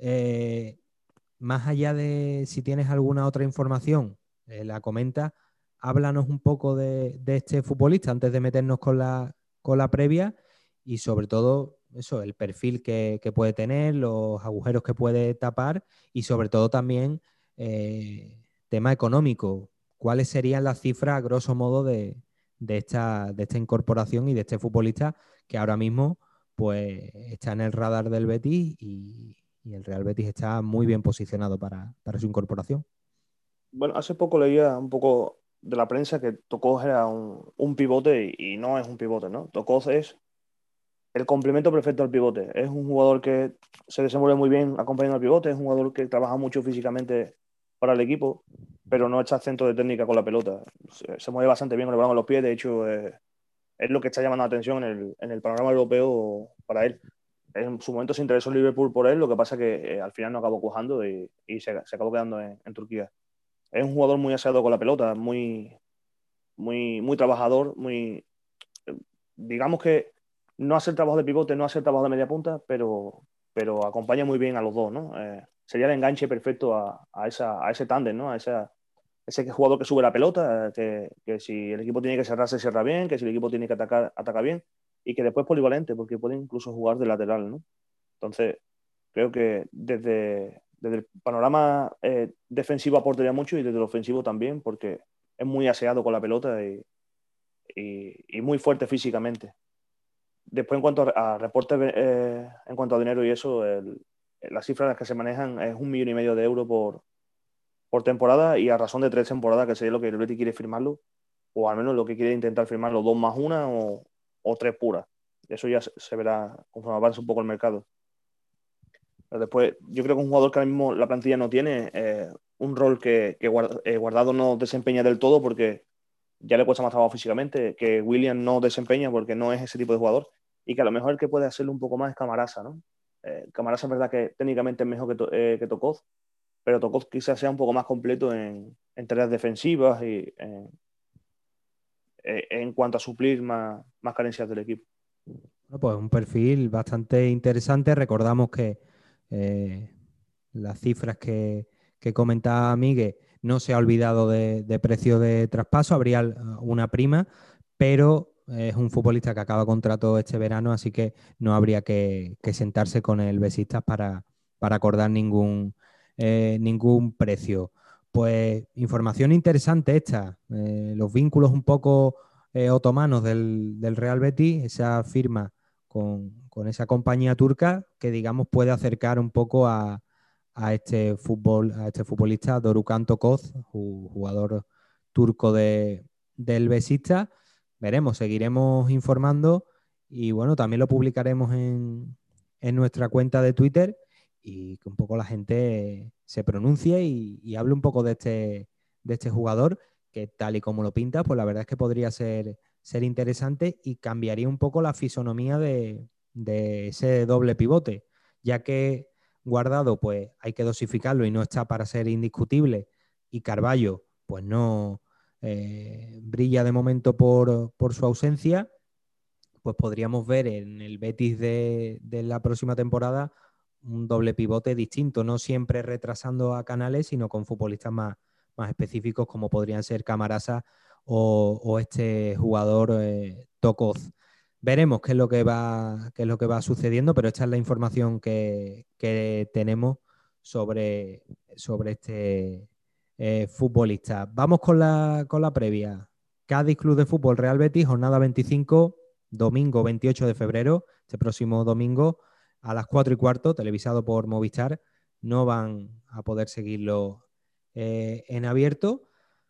Eh, más allá de si tienes alguna otra información, eh, la comenta, háblanos un poco de, de este futbolista antes de meternos con la, con la previa y sobre todo eso, el perfil que, que puede tener, los agujeros que puede tapar y sobre todo también eh, tema económico. ¿Cuáles serían las cifras a grosso modo de, de, esta, de esta incorporación y de este futbolista que ahora mismo pues está en el radar del Betis y, y el Real Betis está muy bien posicionado para, para su incorporación? Bueno, hace poco leía un poco de la prensa que Tocó era un, un pivote y, y no es un pivote, ¿no? Tocó es el complemento perfecto al pivote. Es un jugador que se desenvuelve muy bien acompañando al pivote, es un jugador que trabaja mucho físicamente para el equipo, pero no está centro de técnica con la pelota. Se, se mueve bastante bien con el balón a los pies, de hecho eh, es lo que está llamando la atención en el, en el panorama europeo para él. En su momento se interesó el Liverpool por él, lo que pasa que eh, al final no acabó cujando y, y se, se, acabó quedando en, en Turquía. Es un jugador muy aseado con la pelota, muy, muy, muy trabajador, muy, digamos que no hace el trabajo de pivote, no hace el trabajo de media punta, pero, pero acompaña muy bien a los dos, ¿no? Eh, sería el enganche perfecto a, a, esa, a ese tándem, ¿no? A esa, ese jugador que sube la pelota, que, que si el equipo tiene que cerrar, se cierra bien, que si el equipo tiene que atacar, ataca bien, y que después es polivalente, porque puede incluso jugar de lateral, ¿no? Entonces, creo que desde, desde el panorama eh, defensivo aportaría mucho y desde el ofensivo también, porque es muy aseado con la pelota y, y, y muy fuerte físicamente. Después, en cuanto a, a reportes, eh, en cuanto a dinero y eso, el, las cifras que se manejan es un millón y medio de euros por, por temporada y a razón de tres temporadas, que sería lo que el Betis quiere firmarlo, o al menos lo que quiere intentar firmarlo, dos más una o, o tres puras. Eso ya se, se verá conforme avance un poco el mercado. Pero después, yo creo que un jugador que ahora mismo la plantilla no tiene, eh, un rol que, que Guard- eh, Guardado no desempeña del todo porque ya le cuesta más trabajo físicamente, que William no desempeña porque no es ese tipo de jugador, y que a lo mejor el que puede hacerlo un poco más es Camarasa, ¿no? Eh, Camarasa es verdad que técnicamente es mejor que, To- eh, que Tocoz, pero Tocoz quizás sea un poco más completo en, en tareas defensivas y en, eh, en cuanto a suplir más, más carencias del equipo. Bueno, pues un perfil bastante interesante. Recordamos que eh, las cifras que, que comentaba Miguel no se ha olvidado de, de precio de traspaso, habría una prima, pero es un futbolista que acaba contrato este verano, así que no habría que, que sentarse con el Besiktas para, para acordar ningún, eh, ningún precio. Pues información interesante esta, eh, los vínculos un poco eh, otomanos del, del Real Betis, esa firma con, con esa compañía turca que, digamos, puede acercar un poco a, a este fútbol, a este futbolista Dorukhan Tokoz, jugador turco de, del Besiktas. Veremos, seguiremos informando y bueno, también lo publicaremos en, en nuestra cuenta de Twitter y que un poco la gente se pronuncie y, y hable un poco de este, de este jugador que tal y como lo pinta, pues la verdad es que podría ser, ser interesante y cambiaría un poco la fisonomía de, de ese doble pivote, ya que Guardado, pues hay que dosificarlo y no está para ser indiscutible. Y Carballo, pues no eh, brilla de momento por, por, su ausencia. Pues podríamos ver en el Betis de, de la próxima temporada un doble pivote distinto, no siempre retrasando a Canales, sino con futbolistas más, más específicos como podrían ser Camarasa o, o este jugador eh, Tokoz. Veremos qué es lo que va, qué es lo que va sucediendo, pero esta es la información que, que tenemos sobre, sobre este eh, futbolista. Vamos con la, con la previa. Cádiz Club de Fútbol Real Betis, jornada veinticinco, domingo veintiocho de febrero, este próximo domingo, a las cuatro y cuarto, televisado por Movistar. No van a poder seguirlo eh, en abierto,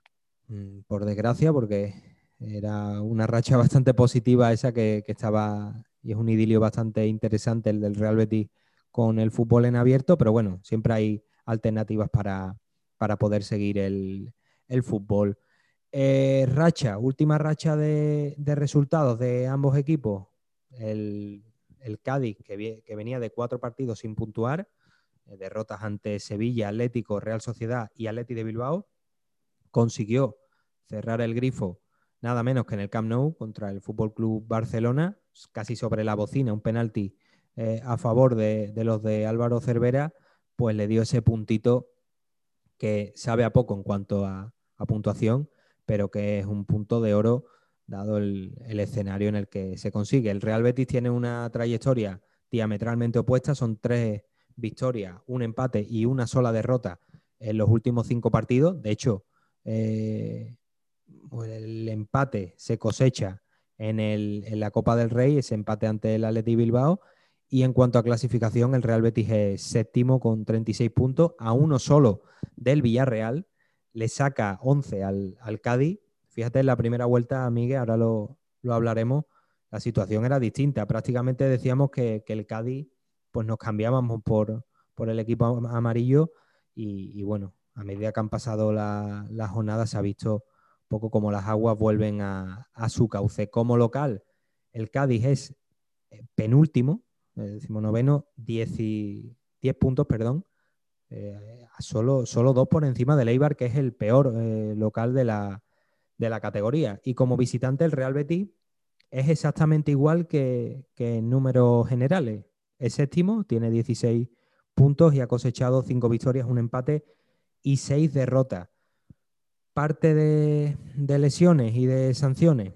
por desgracia, porque era una racha bastante positiva esa que, que estaba, y es un idilio bastante interesante el del Real Betis con el fútbol en abierto, pero bueno, siempre hay alternativas para, para poder seguir el, el fútbol. Eh, racha, última racha de, de, resultados de ambos equipos. El, el Cádiz, que, que, venía de cuatro partidos sin puntuar, eh, derrotas ante Sevilla, Atlético, Real Sociedad y Atleti de Bilbao, consiguió cerrar el grifo nada menos que en el Camp Nou contra el F C Barcelona, casi sobre la bocina, un penalti eh, a favor de, de los de Álvaro Cervera, pues le dio ese puntito que sabe a poco en cuanto a, a puntuación, pero que es un punto de oro dado el, el escenario en el que se consigue. El Real Betis tiene una trayectoria diametralmente opuesta, son tres victorias, un empate y una sola derrota en los últimos cinco partidos. De hecho, eh, el empate se cosecha en, el, en la Copa del Rey, ese empate ante el Athletic Bilbao. Y en cuanto a clasificación, el Real Betis es séptimo con treinta y seis puntos, a uno solo del Villarreal, le saca once al, al Cádiz. Fíjate, en la primera vuelta, Miguel, ahora lo, lo hablaremos, la situación era distinta. Prácticamente decíamos que, que el Cádiz, pues nos cambiábamos por, por el equipo amarillo y, y bueno, a medida que han pasado las la jornadas se ha visto un poco como las aguas vuelven a, a su cauce. Como local, el Cádiz es penúltimo, eh, decimonoveno, diez puntos, perdón, eh, solo, solo dos por encima del Eibar, que es el peor eh, local de la, de la categoría. Y como visitante, el Real Betis es exactamente igual que, que en números generales. Es séptimo, tiene dieciséis puntos y ha cosechado cinco victorias, un empate y seis derrotas. Parte de, de lesiones y de sanciones.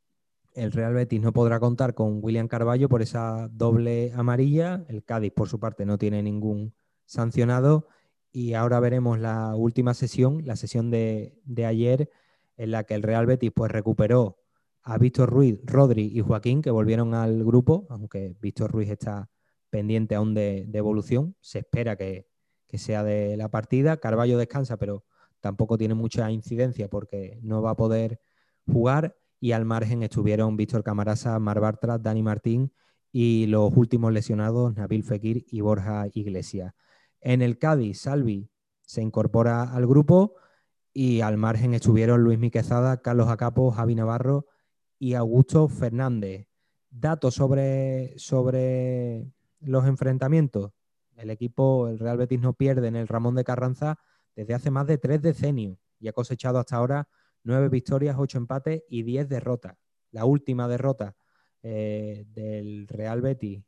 El Real Betis no podrá contar con William Carballo por esa doble amarilla. El Cádiz, por su parte, no tiene ningún sancionado. Y ahora veremos la última sesión, la sesión de, de ayer, en la que el Real Betis pues, recuperó a Víctor Ruiz, Rodri y Joaquín, que volvieron al grupo, aunque Víctor Ruiz está pendiente aún de, de evolución. Se espera que, que sea de la partida. Carballo descansa, pero tampoco tiene mucha incidencia porque no va a poder jugar. Y al margen estuvieron Víctor Camarasa, Mar Bartra, Dani Martín y los últimos lesionados, Nabil Fekir y Borja Iglesias. En el Cádiz, Salvi se incorpora al grupo y al margen estuvieron Luis Miquezada, Carlos Acapo, Javi Navarro y Augusto Fernández. Datos sobre, sobre los enfrentamientos. El equipo, el Real Betis no pierde en el Ramón de Carranza desde hace más de tres decenios y ha cosechado hasta ahora nueve victorias, ocho empates y diez derrotas. La última derrota eh, del Real Betis,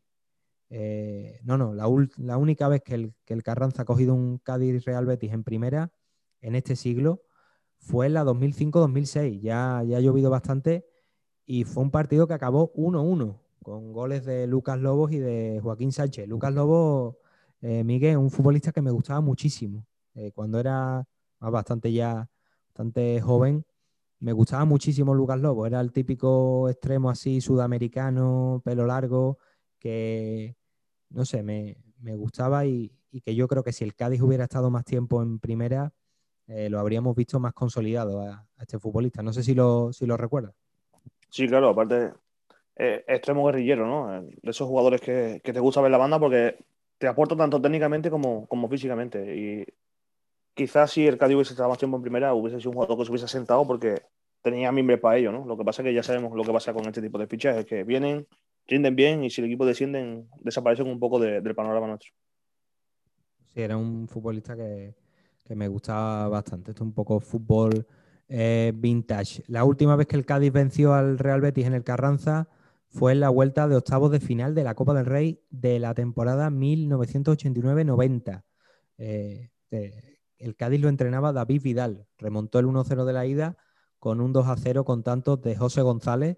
eh, no, no, la, la única vez que el, que el Carranza ha cogido un Cádiz Real Betis en primera en este siglo fue en la dos mil cinco dos mil seis. Ya, ya ha llovido bastante y fue un partido que acabó uno uno con goles de Lucas Lobos y de Joaquín Sánchez. Lucas Lobos, eh, Miguel, un futbolista que me gustaba muchísimo. Eh, cuando era bastante ya bastante joven, me gustaba muchísimo Lucas Lobos. Era el típico extremo así sudamericano, pelo largo, que no sé, me, me gustaba y, y que yo creo que si el Cádiz hubiera estado más tiempo en primera, eh, lo habríamos visto más consolidado a, a este futbolista. No sé si lo, si lo recuerdas. Sí, claro, aparte, eh, extremo guerrillero, ¿no? Eh, De esos jugadores que, que te gusta ver la banda porque te aporta tanto técnicamente como, como físicamente. Y quizás si el Cádiz hubiese estado más tiempo en primera, hubiese sido un jugador que se hubiese sentado porque tenía mimbre para ello, ¿no? Lo que pasa es que ya sabemos lo que pasa con este tipo de fichajes, que vienen, rinden bien y si el equipo descienden, desaparecen un poco de, del panorama nuestro. Sí, era un futbolista que, que me gustaba bastante. Esto es un poco fútbol eh, vintage. La última vez que el Cádiz venció al Real Betis en el Carranza fue en la vuelta de octavos de final de la Copa del Rey de la temporada mil novecientos ochenta y nueve noventa. Eh, eh, el Cádiz lo entrenaba David Vidal. Remontó el uno cero de la ida con un dos a cero con tantos de José González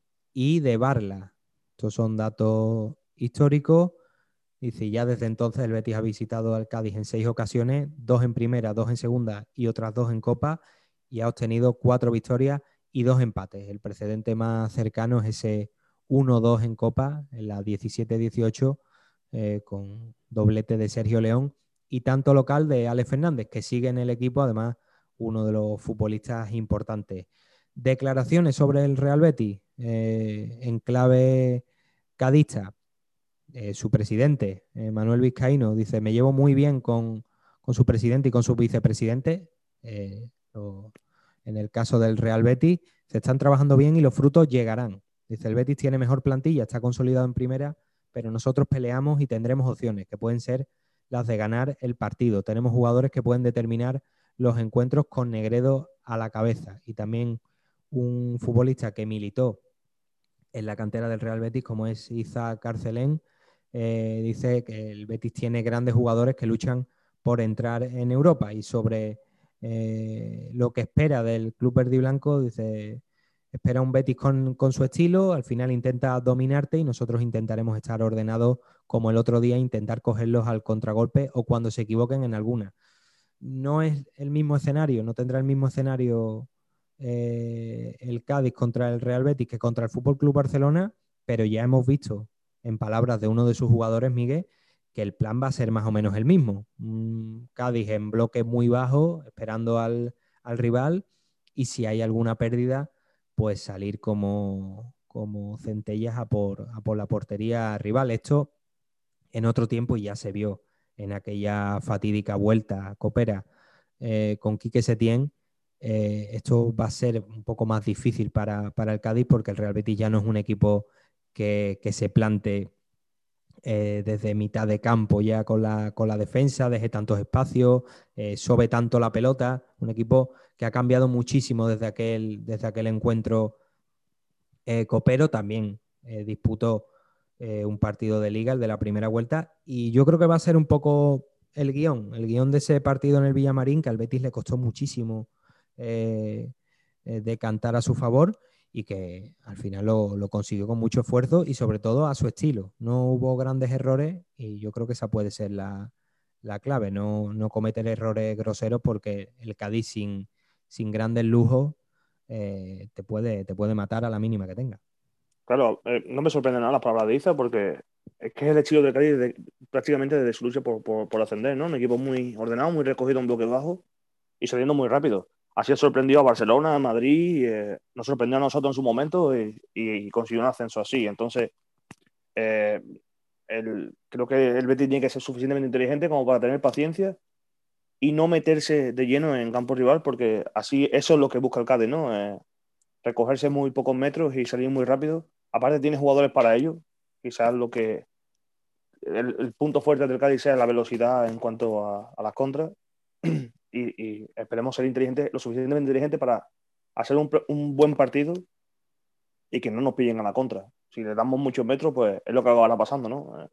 y de Barla. Estos son datos históricos. Dice, ya desde entonces el Betis ha visitado al Cádiz en seis ocasiones, dos en primera, dos en segunda y otras dos en Copa, y ha obtenido cuatro victorias y dos empates. El precedente más cercano es ese uno dos en Copa, en la diecisiete dieciocho, eh, con doblete de Sergio León y tanto local de Alex Fernández, que sigue en el equipo, además uno de los futbolistas importantes. Declaraciones sobre el Real Betis eh, en clave cadista. Eh, su presidente, eh, Manuel Vizcaíno, dice, me llevo muy bien con, con su presidente y con su vicepresidente. Eh, lo, en el caso del Real Betis, se están trabajando bien y los frutos llegarán. Dice, el Betis tiene mejor plantilla, está consolidado en primera, pero nosotros peleamos y tendremos opciones, que pueden ser las de ganar el partido. Tenemos jugadores que pueden determinar los encuentros con Negredo a la cabeza y también un futbolista que militó en la cantera del Real Betis, como es Iza Carcelén, eh, dice que el Betis tiene grandes jugadores que luchan por entrar en Europa y sobre eh, lo que espera del club verde y blanco, dice, espera un Betis con, con su estilo, al final intenta dominarte y nosotros intentaremos estar ordenados como el otro día, intentar cogerlos al contragolpe o cuando se equivoquen en alguna. No es el mismo escenario, no tendrá el mismo escenario eh, el Cádiz contra el Real Betis que contra el Fútbol Club Barcelona, pero ya hemos visto, en palabras de uno de sus jugadores, Miguel, que el plan va a ser más o menos el mismo. Un Cádiz en bloque muy bajo, esperando al, al rival, y si hay alguna pérdida, pues salir como, como centellas a por, a por la portería rival. Esto en otro tiempo ya se vio en aquella fatídica vuelta copera eh, con Quique Setién. Eh, esto va a ser un poco más difícil para, para, el Cádiz porque el Real Betis ya no es un equipo que, que se plante eh, desde mitad de campo ya con la, con la defensa, deje tantos espacios, eh, sobe tanto la pelota. Un equipo que ha cambiado muchísimo desde aquel, desde aquel encuentro eh, copero. También eh, disputó eh, un partido de liga, el de la primera vuelta, y yo creo que va a ser un poco el guión, el guión de ese partido en el Villamarín, que al Betis le costó muchísimo eh, eh, decantar a su favor y que al final lo, lo consiguió con mucho esfuerzo y sobre todo a su estilo. No hubo grandes errores y yo creo que esa puede ser la, la clave, no, no cometer errores groseros porque el Cádiz sin, sin grandes lujos eh, te, puede, te puede matar a la mínima que tenga. Claro, eh, no me sorprende nada las palabras de Iza porque es que es el estilo de Cádiz de, prácticamente desde su lucha por, por, por ascender, ¿no? Un equipo muy ordenado, muy recogido en bloque bajo y saliendo muy rápido. Así ha sorprendido a Barcelona, a Madrid, eh, nos sorprendió a nosotros en su momento y, y consiguió un ascenso así. Entonces, eh, el, creo que el Betis tiene que ser suficientemente inteligente como para tener paciencia y no meterse de lleno en campo rival, porque así eso es lo que busca el Cádiz, ¿no? Eh, recogerse muy pocos metros y salir muy rápido. Aparte tiene jugadores para ello, quizás lo que el, el punto fuerte del Cádiz sea la velocidad en cuanto a, a las contras y, y esperemos ser inteligentes, lo suficientemente inteligentes para hacer un, un buen partido y que no nos pillen a la contra. Si le damos muchos metros, pues es lo que acabará pasando, ¿no? Eh,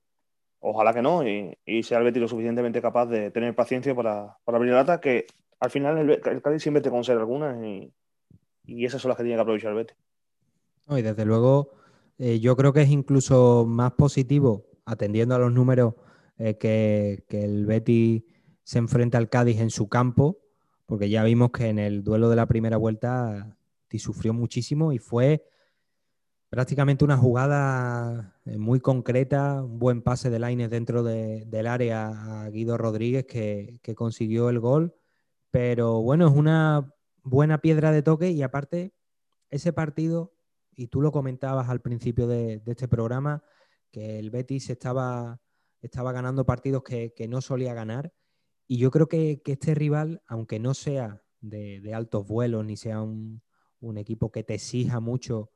ojalá que no, y, y sea el Betis lo suficientemente capaz de tener paciencia para, para abrir la lata, que al final el, el Cádiz siempre te concede algunas y, y esas son las que tiene que aprovechar el Betis. No, y desde luego, eh, yo creo que es incluso más positivo, atendiendo a los números, eh, que, que el Betis se enfrenta al Cádiz en su campo, porque ya vimos que en el duelo de la primera vuelta Betis sufrió muchísimo y fue prácticamente una jugada eh, muy concreta, un buen pase de Lainez dentro de, del área a Guido Rodríguez que, que consiguió el gol. Pero bueno, es una buena piedra de toque y aparte ese partido, y tú lo comentabas al principio de, de este programa, que el Betis estaba, estaba ganando partidos que, que no solía ganar. Y yo creo que, que este rival, aunque no sea de, de altos vuelos ni sea un, un equipo que te exija mucho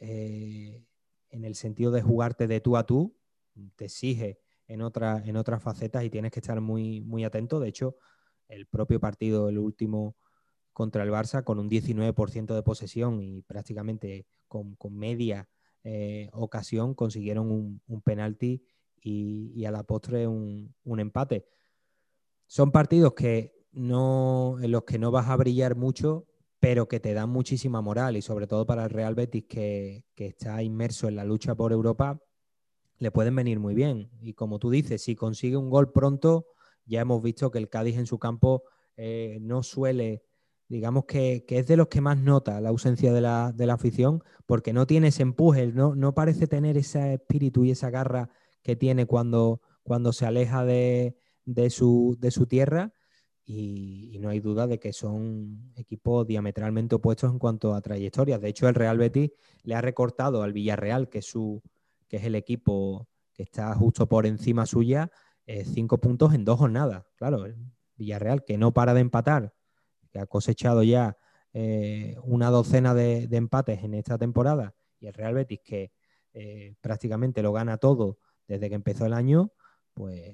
eh, en el sentido de jugarte de tú a tú, te exige en, otra, en otras facetas y tienes que estar muy, muy atento. De hecho, el propio partido, el último contra el Barça, con un diecinueve por ciento de posesión y prácticamente con, con media eh, ocasión, consiguieron un, un penalti y, y, a la postre un, un empate. Son partidos que no, en los que no vas a brillar mucho, pero que te dan muchísima moral y sobre todo para el Real Betis que, que está inmerso en la lucha por Europa, le pueden venir muy bien. Y como tú dices, si consigue un gol pronto, ya hemos visto que el Cádiz en su campo eh, no suele, digamos que, que, es de los que más nota la ausencia de la, de la afición, porque no tiene ese empuje, no, no parece tener ese espíritu y esa garra que tiene cuando, cuando se aleja de, de, su, de su tierra. Y, y no hay duda de que son equipos diametralmente opuestos en cuanto a trayectorias. De hecho, el Real Betis le ha recortado al Villarreal, que es su que es el equipo que está justo por encima suya, eh, cinco puntos en dos jornadas. Claro, el Villarreal, que no para de empatar, que ha cosechado ya eh, una docena de, de empates en esta temporada, y el Real Betis, que eh, prácticamente lo gana todo desde que empezó el año, pues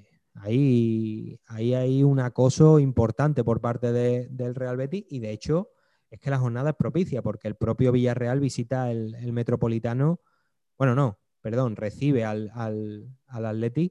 ahí, ahí hay un acoso importante por parte de, del Real Betis, y de hecho es que la jornada es propicia, porque el propio Villarreal visita el, el Metropolitano, bueno, no, perdón, recibe al, al, al Atleti,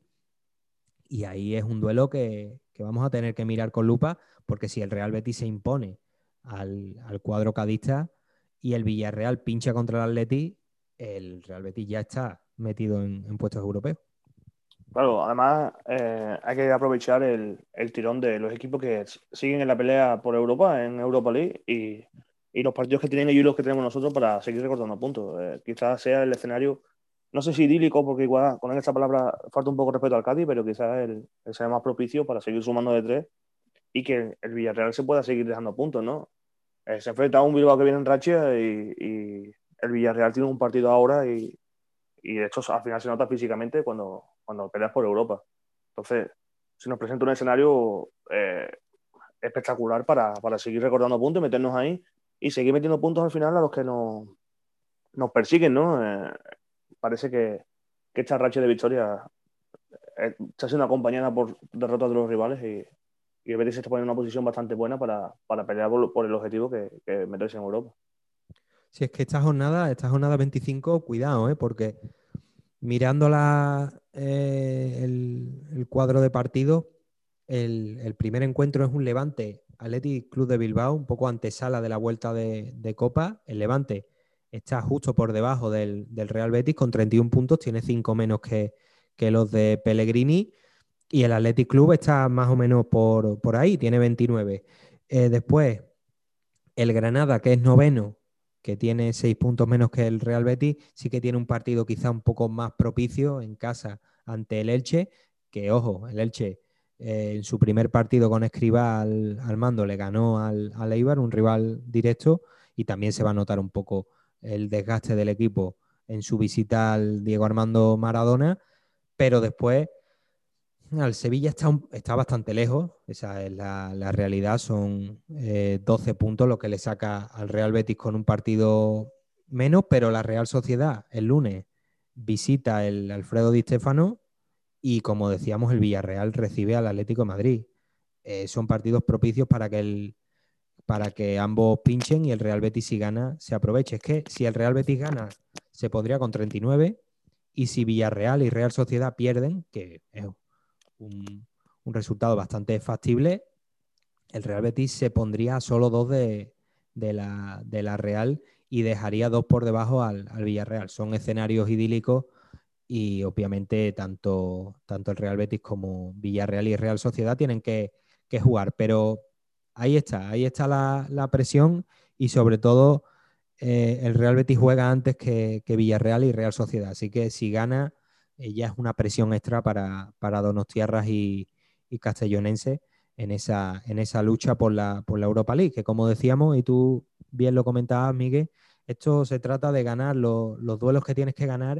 y ahí es un duelo que, que, vamos a tener que mirar con lupa, porque si el Real Betis se impone al, al cuadro cadista y el Villarreal pincha contra el Atleti, el Real Betis ya está metido en, en puestos europeos. Claro, además eh, hay que aprovechar el, el tirón de los equipos que siguen en la pelea por Europa, en Europa League, y, y los partidos que tienen ellos y los que tenemos nosotros para seguir recortando puntos. Eh, quizás sea el escenario, no sé si idílico, porque igual con esta palabra falta un poco de respeto al Cádiz, pero quizás el, el sea más propicio para seguir sumando de tres y que el, el Villarreal se pueda seguir dejando puntos, ¿no? Eh, se enfrenta a un Bilbao que viene en racha y, y el Villarreal tiene un partido ahora y, y de hecho al final se nota físicamente cuando, cuando peleas por Europa. Entonces, se nos presenta un escenario eh, espectacular para, para seguir recordando puntos y meternos ahí y seguir metiendo puntos al final a los que nos, nos persiguen, ¿no? Eh, parece que, que esta racha de victoria eh, está siendo acompañada por derrotas de los rivales y, y el Betis se está poniendo en una posición bastante buena para, para pelear por, por el objetivo que, que es meterse en Europa. Si es que esta jornada, esta jornada veinticinco, cuidado, ¿eh? Porque mirando la, eh, el, el cuadro de partido, el, el primer encuentro es un Levante Athletic Club de Bilbao, un poco antesala de la vuelta de, de Copa. El Levante está justo por debajo del, del Real Betis con treinta y un puntos, tiene cinco menos que, que los de Pellegrini, y el Athletic Club está más o menos por, por ahí, tiene veintinueve. Eh, después, el Granada, que es noveno, que tiene seis puntos menos que el Real Betis, sí que tiene un partido quizá un poco más propicio en casa ante el Elche, que ojo, el Elche eh, en su primer partido con Escribá al, al mando le ganó al, al Eibar, un rival directo, y también se va a notar un poco el desgaste del equipo en su visita al Diego Armando Maradona, pero después El Sevilla está, un- está bastante lejos, esa es la, la realidad, son eh, doce puntos lo que le saca al Real Betis con un partido menos, pero la Real Sociedad el lunes visita el Alfredo Di Stéfano y como decíamos el Villarreal recibe al Atlético de Madrid. Eh, son partidos propicios para que, el, para que ambos pinchen y el Real Betis si gana se aproveche. Es que si el Real Betis gana se pondría con treinta y nueve y si Villarreal y Real Sociedad pierden, que es un, un resultado bastante factible, el Real Betis se pondría a solo dos de, de, la, de la Real y dejaría dos por debajo al, al Villarreal. Son escenarios idílicos y obviamente tanto, tanto el Real Betis como Villarreal y Real Sociedad tienen que, que jugar, pero ahí está, ahí está la, la presión y sobre todo eh, el Real Betis juega antes que, que Villarreal y Real Sociedad, así que si gana eh, ya es una presión extra para, para Donostiarras y, y Castellonense en esa, en esa lucha por la, por la Europa League, que como decíamos y tú bien lo comentabas, Miguel, esto se trata de ganar los, los duelos que tienes que ganar,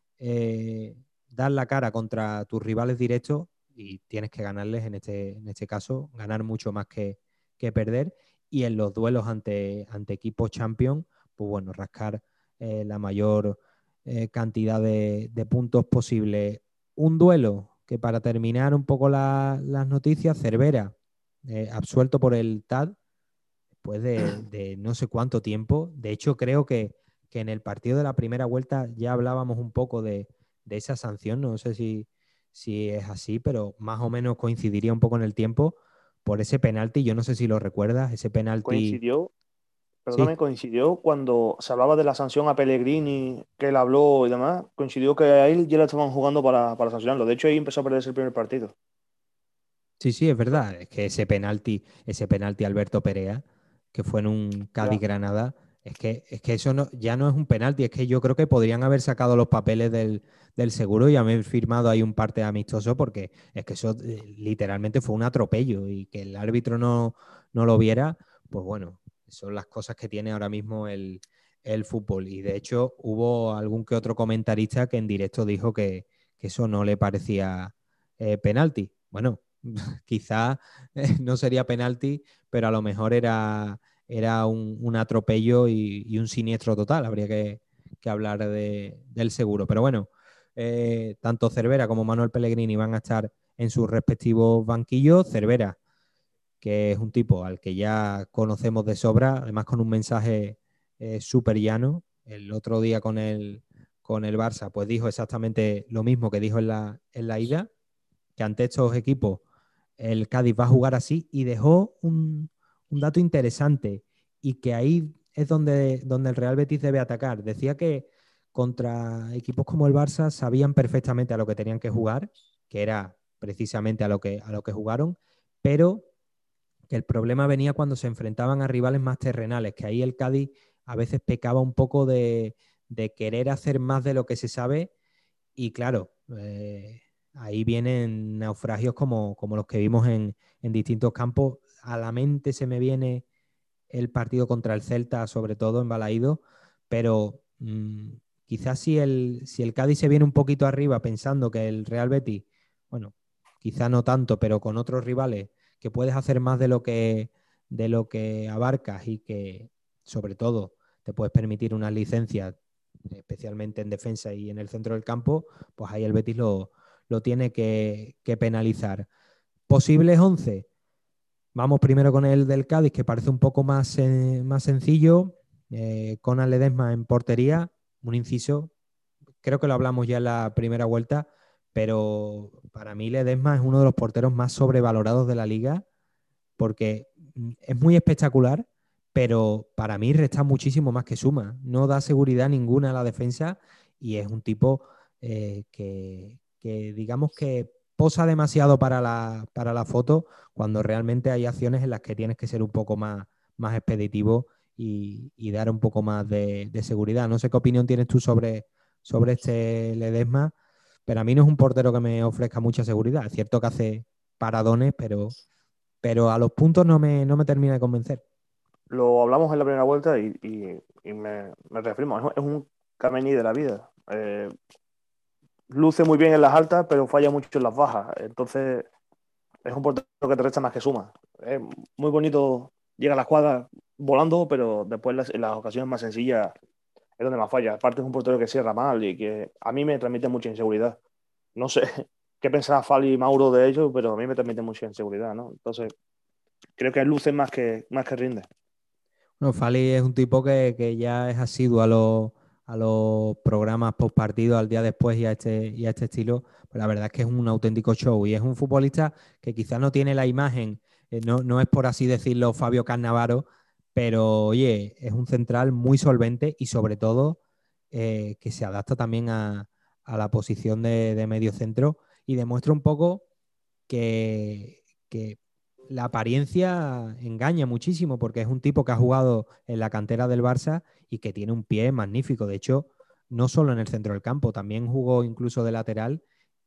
eh, dar la cara contra tus rivales directos y tienes que ganarles en este, en este caso, ganar mucho más que, que perder y en los duelos ante, ante equipos champion, pues bueno, rascar eh, la mayor eh, cantidad de, de puntos posible. Un duelo que para terminar un poco la, las noticias, Cervera, eh, absuelto por el T A D después de, de, no sé cuánto tiempo. De hecho, creo que, que, en el partido de la primera vuelta ya hablábamos un poco de, de esa sanción, no sé si, si es así, pero más o menos coincidiría un poco en el tiempo por ese penalti, yo no sé si lo recuerdas, ese penalti, Coincidió, perdóname, sí, coincidió cuando se hablaba de la sanción a Pellegrini, que él habló y demás, coincidió que a él ya le estaban jugando para, para sancionarlo. De hecho, ahí empezó a perderse el primer partido. sí, sí, es verdad, es que ese penalti, ese penalti Alberto Perea, que fue en un Ya. Cádiz-Granada, es que, es que eso no, ya no es un penalti, es que yo creo que podrían haber sacado los papeles del, del seguro y haber firmado ahí un parte amistoso porque es que eso eh, literalmente fue un atropello y que el árbitro no, no lo viera, pues bueno, son las cosas que tiene ahora mismo el, el fútbol. Y de hecho hubo algún que otro comentarista que en directo dijo que, que eso no le parecía eh, penalti. Bueno, quizá eh, no sería penalti, pero a lo mejor era, era un, un atropello y, y, un siniestro total. Habría que, que hablar de, del seguro. Pero bueno, eh, tanto Cervera como Manuel Pellegrini van a estar en sus respectivos banquillos. Cervera, que es un tipo al que ya conocemos de sobra, además con un mensaje eh, súper llano. El otro día con el, con el Barça, pues dijo exactamente lo mismo que dijo en la, en la ida, que ante estos equipos el Cádiz va a jugar así y dejó un, un dato interesante y que ahí es donde, donde el Real Betis debe atacar. Decía que contra equipos como el Barça sabían perfectamente a lo que tenían que jugar, que era precisamente a lo que, a lo que jugaron, pero que el problema venía cuando se enfrentaban a rivales más terrenales, que ahí el Cádiz a veces pecaba un poco de, de querer hacer más de lo que se sabe y claro, eh, ahí vienen naufragios como, como los que vimos en, en distintos campos. A la mente se me viene el partido contra el Celta, sobre todo en Balaído, pero mmm, quizás si el, si el Cádiz se viene un poquito arriba pensando que el Real Betis, bueno, quizá no tanto, pero con otros rivales, que puedes hacer más de lo que, de lo que abarcas y que sobre todo te puedes permitir una licencia, especialmente en defensa y en el centro del campo, pues ahí el Betis lo, lo tiene que, que penalizar. Posibles once. Vamos primero con el del Cádiz, que parece un poco más, eh, más sencillo. Eh, Conan Ledesma en portería, un inciso. Creo que lo hablamos ya en la primera vuelta, pero para mí Ledesma es uno de los porteros más sobrevalorados de la liga porque mm, es muy espectacular, pero para mí resta muchísimo más que suma. No da seguridad ninguna a la defensa y es un tipo eh, que, que, digamos que posa demasiado para la, para la foto cuando realmente hay acciones en las que tienes que ser un poco más, más expeditivo y, y dar un poco más de, de, seguridad. No sé qué opinión tienes tú sobre, sobre este Ledesma, pero a mí no es un portero que me ofrezca mucha seguridad. Es cierto que hace paradones, pero pero a los puntos no me, no me termina de convencer. Lo hablamos en la primera vuelta y, y- y me, me reafirmo, es, es un Kameni de la vida. Eh, luce muy bien en las altas, pero falla mucho en las bajas. Entonces, es un portero que te resta más que suma. Es muy bonito, llega a la escuadra volando, pero después las, en las ocasiones más sencillas es donde más falla. Aparte, es un portero que cierra mal y que a mí me transmite mucha inseguridad. No sé qué pensará Fali y Mauro de ellos, pero a mí me transmite mucha inseguridad, ¿no? Entonces, creo que luce más que, más que rinde. Bueno, Fali es un tipo que, que ya es asiduo a los, a los programas post partido, al día después y a este, y a este estilo. Pero la verdad es que es un auténtico show y es un futbolista que quizás no tiene la imagen, eh, no, no es por así decirlo Fabio Cannavaro, pero oye, es un central muy solvente y sobre todo eh, que se adapta también a, a la posición de, de medio centro y demuestra un poco que, que la apariencia engaña muchísimo porque es un tipo que ha jugado en la cantera del Barça y que tiene un pie magnífico. De hecho, no solo en el centro del campo, también jugó incluso de lateral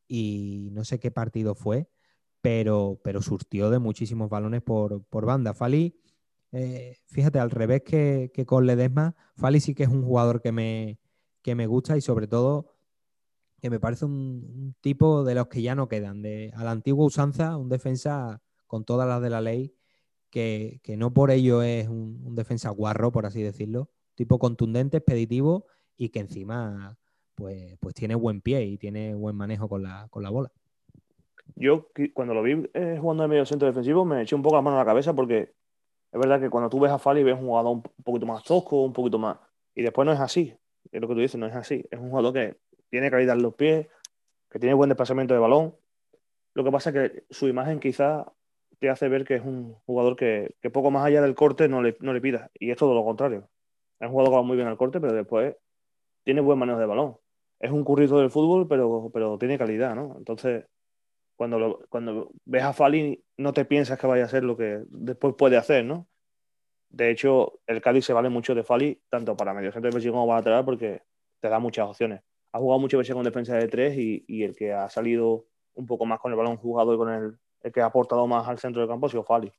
y no sé qué partido fue, pero, pero surtió de muchísimos balones por, por banda. Fali, eh, fíjate, al revés que, que con Ledesma, Fali sí que es un jugador que me, que me gusta y sobre todo que me parece un, un tipo de los que ya no quedan, de, a la antigua usanza, un defensa con todas las de la ley, que, que no por ello es un, un defensa guarro, por así decirlo, tipo contundente, expeditivo y que encima pues, pues tiene buen pie y tiene buen manejo con la, con la bola. Yo, cuando lo vi eh, jugando en medio centro defensivo, me eché un poco la mano a la cabeza porque es verdad que cuando tú ves a Fali ves un jugador un poquito más tosco, un poquito más. Y después no es así. Es lo que tú dices, no es así. Es un jugador que tiene calidad en los pies, que tiene buen desplazamiento de balón. Lo que pasa es que su imagen quizá te hace ver que es un jugador que, que poco más allá del corte no le, no le pida. Y es todo lo contrario. Es un jugador que va muy bien al corte, pero después tiene buen manejo de balón. Es un currito del fútbol, pero, pero tiene calidad, ¿no? Entonces, cuando, lo, cuando ves a Fali, no te piensas que vaya a ser lo que después puede hacer, ¿no? De hecho, el Cádiz se vale mucho de Fali, tanto para mediocentro defensivo como para lateral, porque te da muchas opciones. Ha jugado muchas veces con defensa de tres y, y el que ha salido un poco más con el balón jugado y con el, el que ha aportado más al centro del campo ha sido Fali.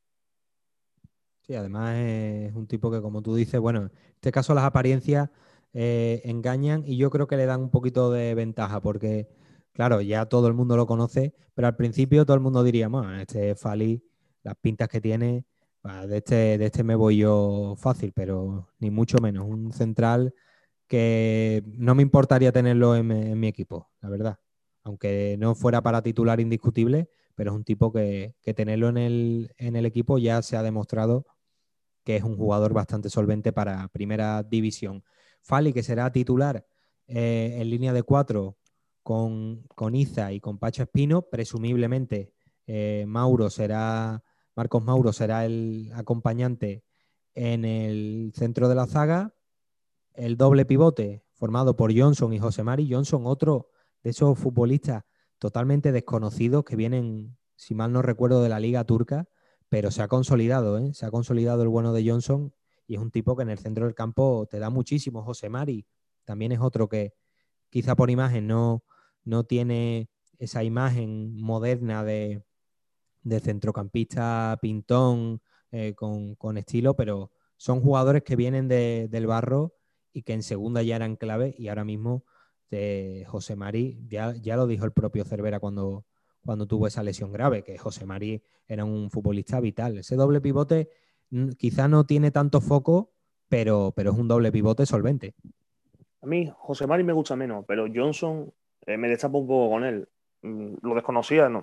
Sí, además es un tipo que, como tú dices, bueno, en este caso las apariencias eh, engañan y yo creo que le dan un poquito de ventaja porque, claro, ya todo el mundo lo conoce, pero al principio todo el mundo diría, bueno, este Fali, las pintas que tiene, bah, de este, de este me voy yo fácil, pero ni mucho menos. Un central que no me importaría tenerlo en, en mi equipo, la verdad. Aunque no fuera para titular indiscutible, pero es un tipo que, que tenerlo en el, en el equipo ya se ha demostrado que es un jugador bastante solvente para primera división. Fali, que será titular eh, en línea de cuatro con, con Iza y con Pacho Espino, presumiblemente eh, Mauro será, Marcos Mauro será el acompañante en el centro de la zaga, el doble pivote formado por Johnson y José Mari. Johnson, otro de esos futbolistas totalmente desconocidos que vienen, si mal no recuerdo, de la Liga Turca, pero se ha consolidado, ¿eh? Se ha consolidado el bueno de Johnson y es un tipo que en el centro del campo te da muchísimo. José Mari también es otro que quizá por imagen no, no tiene esa imagen moderna de, de centrocampista pintón eh, con, con, estilo, pero son jugadores que vienen de, del barro y que en segunda ya eran clave y ahora mismo de José Mari, ya, ya lo dijo el propio Cervera cuando, cuando tuvo esa lesión grave, que José Mari era un futbolista vital. Ese doble pivote quizá no tiene tanto foco, pero, pero es un doble pivote solvente. A mí, José Mari me gusta menos, pero Johnson eh, me destapa un poco con él. Mm, lo desconocía, no.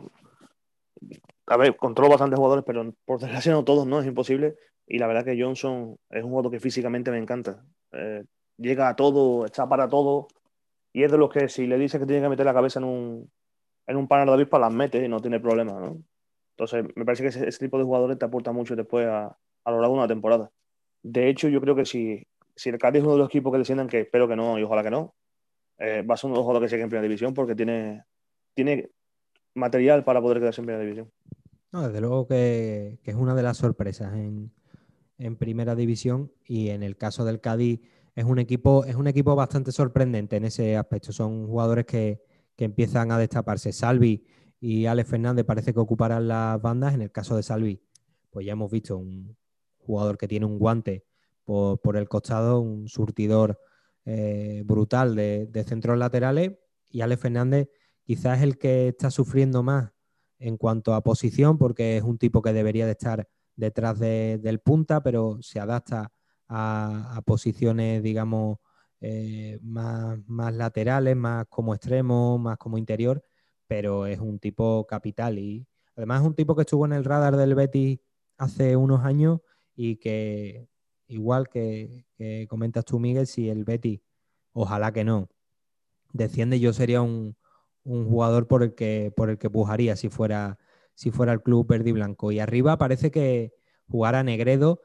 A ver, controlo bastantes jugadores, pero por desgracia no todos, ¿no? Es imposible. Y la verdad que Johnson es un jugador que físicamente me encanta. Eh, llega a todo, está para todo. Y es de los que si le dices que tiene que meter la cabeza en un, en un panel de avispa, las mete y no tiene problema, ¿no? Entonces, me parece que ese, ese tipo de jugadores te aporta mucho después a, a lo largo de una temporada. De hecho, yo creo que si, si el Cádiz es uno de los equipos que desciendan, que espero que no y ojalá que no, eh, va a ser uno de los jugadores que sigue en primera división porque tiene, tiene material para poder quedarse en primera división. No, desde luego que, que es una de las sorpresas en, en primera división y en el caso del Cádiz es un equipo, es un equipo bastante sorprendente en ese aspecto. Son jugadores que, que empiezan a destaparse. Salvi y Alex Fernández parece que ocuparán las bandas. En el caso de Salvi, pues ya hemos visto un jugador que tiene un guante por, por el costado, un surtidor eh, brutal de, de centros laterales. y Alex Fernández quizás es el que está sufriendo más en cuanto a posición, porque es un tipo que debería de estar detrás de, del punta, pero se adapta a, a posiciones, digamos, eh, más, más laterales, más como extremo, más como interior, pero es un tipo capital y además es un tipo que estuvo en el radar del Betis hace unos años y que, igual que, que comentas tú, Miguel, si el Betis, ojalá que no, desciende, yo sería un, un jugador por el que, por el que pujaría si fuera, si fuera el club verde y blanco. Y arriba parece que jugara Negredo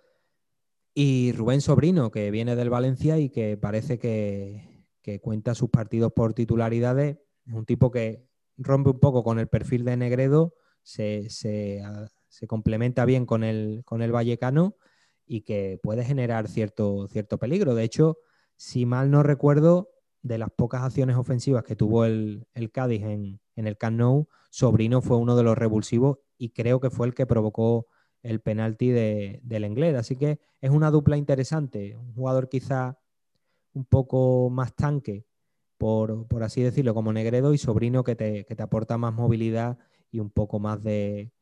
y Rubén Sobrino, que viene del Valencia y que parece que, que cuenta sus partidos por titularidades. Es un tipo que rompe un poco con el perfil de Negredo, se, se, se complementa bien con el, con el vallecano y que puede generar cierto, cierto peligro. De hecho, si mal no recuerdo, de las pocas acciones ofensivas que tuvo el, el Cádiz en, en el Camp Nou, Sobrino fue uno de los revulsivos y creo que fue el que provocó el penalti de, del Inglés. Así que es una dupla interesante. Un jugador quizá un poco más tanque, por, por así decirlo, como Negredo, y Sobrino que te, que te aporta más movilidad y un poco más de,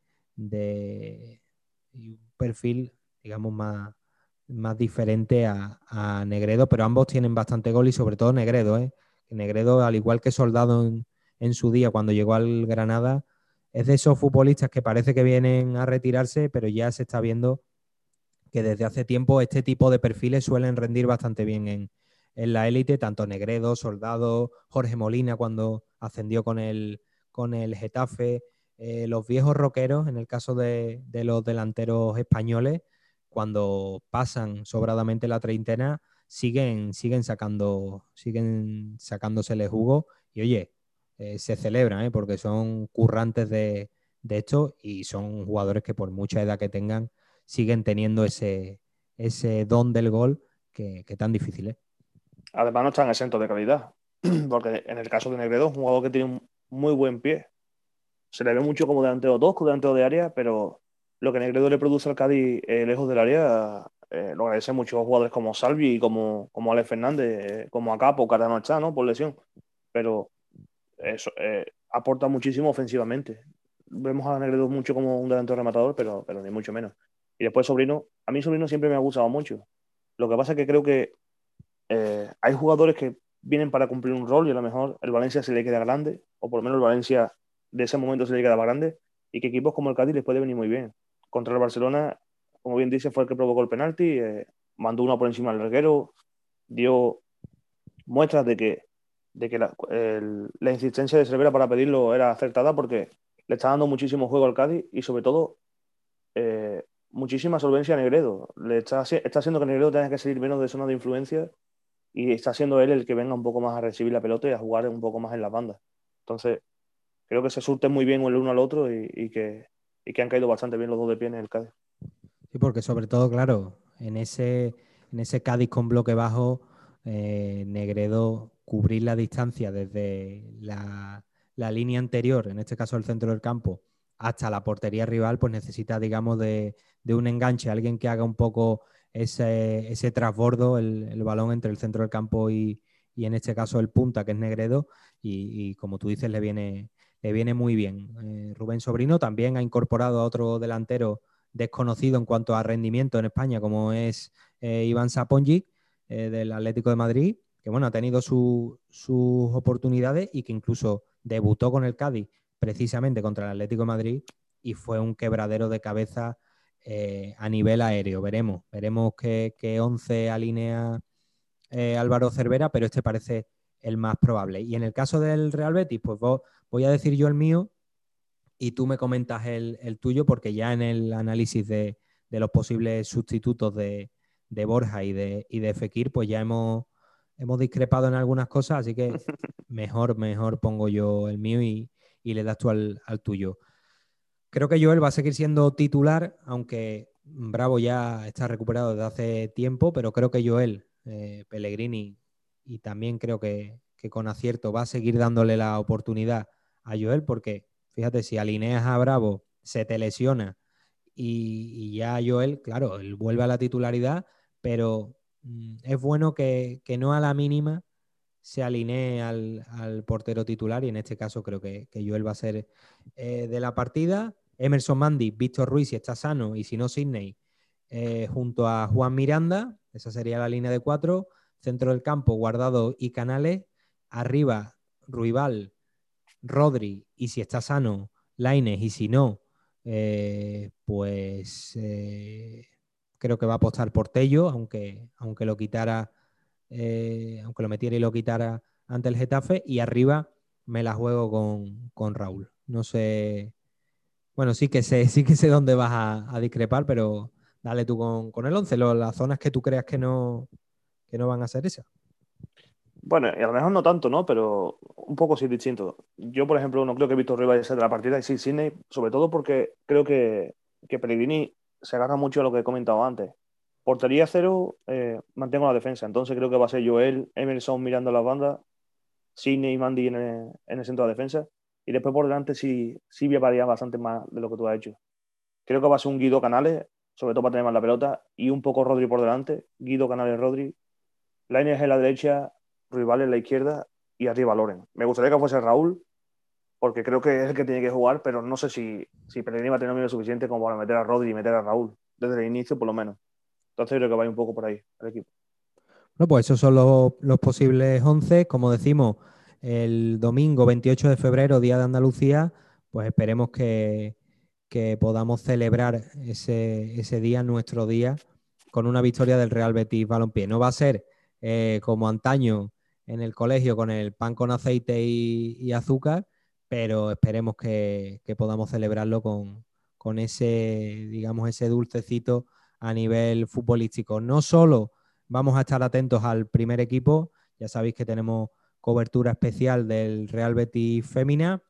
de y un perfil, digamos, más, más diferente a, a Negredo, pero ambos tienen bastante gol y sobre todo Negredo, ¿eh? Negredo, al igual que Soldado en, en su día cuando llegó al Granada, es de esos futbolistas que parece que vienen a retirarse, pero ya se está viendo que desde hace tiempo este tipo de perfiles suelen rendir bastante bien en, en la élite, tanto Negredo, Soldado, Jorge Molina cuando ascendió con el, con el Getafe, eh, los viejos roqueros, en el caso de, de los delanteros españoles, cuando pasan sobradamente la treintena, siguen, siguen, sacando, siguen sacándosele jugo y oye, eh, se celebran, ¿eh? Porque son currantes de, de esto y son jugadores que por mucha edad que tengan, siguen teniendo ese, ese don del gol que, que tan difícil es. Además no están exentos de calidad, porque en el caso de Negredo es un jugador que tiene un muy buen pie. Se le ve mucho como delantero tosco, delantero de área, pero lo que Negredo le produce al Cádiz eh, lejos del área eh, lo agradecen muchos jugadores como Salvi, como, como Alex Fernández, eh, como Acapo, que ahora no está, ¿no? Por lesión. Pero eso eh, aporta muchísimo ofensivamente. Vemos a Negredo mucho como un delantero rematador, pero, pero ni mucho menos. Y después Sobrino, a mí Sobrino siempre me ha gustado mucho. Lo que pasa es que creo que eh, hay jugadores que vienen para cumplir un rol y a lo mejor el Valencia se le queda grande, o por lo menos el Valencia de ese momento se le quedaba grande, y que equipos como el Cádiz les puede venir muy bien. Contra el Barcelona, como bien dice, fue el que provocó el penalti, eh, mandó uno por encima del larguero, dio muestras de que, de que la, el, la insistencia de Cervera para pedirlo era acertada porque le está dando muchísimo juego al Cádiz y sobre todo eh, muchísima solvencia a Negredo. Le está, está haciendo que Negredo tenga que salir menos de zona de influencia y está siendo él el que venga un poco más a recibir la pelota y a jugar un poco más en las bandas. Entonces, creo que se surten muy bien el uno al otro y, y, que, y que han caído bastante bien los dos de pie en el Cádiz. Sí, porque sobre todo, claro, en ese, en ese Cádiz con bloque bajo, eh, Negredo cubrir la distancia desde la, la línea anterior, en este caso el centro del campo, hasta la portería rival, pues necesita, digamos, de, de un enganche, alguien que haga un poco ese, ese trasbordo, el, el balón entre el centro del campo y, y en este caso el punta, que es Negredo, y, y como tú dices, le viene, le viene muy bien. Eh, Rubén Sobrino también ha incorporado a otro delantero desconocido en cuanto a rendimiento en España, como es eh, Iván Sapongi, eh, del Atlético de Madrid, que bueno, ha tenido su, sus oportunidades y que incluso debutó con el Cádiz precisamente contra el Atlético de Madrid y fue un quebradero de cabeza eh, a nivel aéreo. Veremos, veremos qué, qué once alinea eh, Álvaro Cervera, pero este parece el más probable. Y en el caso del Real Betis, pues vos, voy a decir yo el mío y tú me comentas el, el tuyo, porque ya en el análisis de, de los posibles sustitutos de, de Borja y de, y de Fekir, pues ya hemos, hemos discrepado en algunas cosas, así que mejor, mejor pongo yo el mío y, y le das tú al, al tuyo. Creo que Joel va a seguir siendo titular, aunque Bravo ya está recuperado desde hace tiempo, pero creo que Joel, eh, Pellegrini, y también creo que, que con acierto va a seguir dándole la oportunidad a Joel, porque fíjate, si alineas a Bravo, se te lesiona y, y ya Joel, claro, él vuelve a la titularidad, pero mm, es bueno que, que no a la mínima se alinee al, al portero titular, y en este caso creo que, que Joel va a ser eh, de la partida. Emerson Mandy, Víctor Ruiz, si está sano, y si no, Sidney, eh, junto a Juan Miranda. Esa sería la línea de cuatro. Centro del campo, Guardado y Canales. Arriba, Ruibal, Rodri, y si está sano, Lainez, y si no, eh, pues eh, creo que va a apostar por Tello, aunque, aunque lo quitara, eh, aunque lo metiera y lo quitara ante el Getafe. Y arriba me la juego con, con Raúl. No sé, bueno, sí que sé, sí que sé dónde vas a, a discrepar, pero dale tú con, con el once, lo, las zonas que tú creas que no, que no van a ser esas. Bueno, y a lo mejor no tanto, ¿no? Pero un poco sí distinto. Yo, por ejemplo, no creo que Víctor Ruiz vaya a ser de la partida, y sí Sidney, sobre todo porque creo que, que Pellegrini se agarra mucho a lo que he comentado antes. Portería cero, eh, mantengo la defensa. Entonces creo que va a ser Joel, Emerson mirando las bandas, Sidney y Mandy en el, en el centro de defensa. Y después por delante sí, sí voy a variar bastante más de lo que tú has hecho. Creo que va a ser un Guido Canales, sobre todo para tener más la pelota, y un poco Rodri por delante. Guido Canales, Rodri. Lainez en la derecha, Rival en la izquierda y arriba Loren. Me gustaría que fuese Raúl, porque creo que es el que tiene que jugar, pero no sé si, si Pellegrini va a tener número suficiente como para meter a Rodri y meter a Raúl, desde el inicio por lo menos. Entonces creo que va a ir un poco por ahí el equipo. Bueno, pues esos son los, los posibles once. Como decimos, el domingo veintiocho de febrero, Día de Andalucía, pues esperemos que, que podamos celebrar ese, ese día, nuestro día, con una victoria del Real Betis Balompié. No va a ser eh, como antaño en el colegio con el pan con aceite y, y azúcar, pero esperemos que, que podamos celebrarlo con, con ese, digamos, ese dulcecito a nivel futbolístico. No solo vamos a estar atentos al primer equipo, ya sabéis que tenemos cobertura especial del Real Betis Fémina.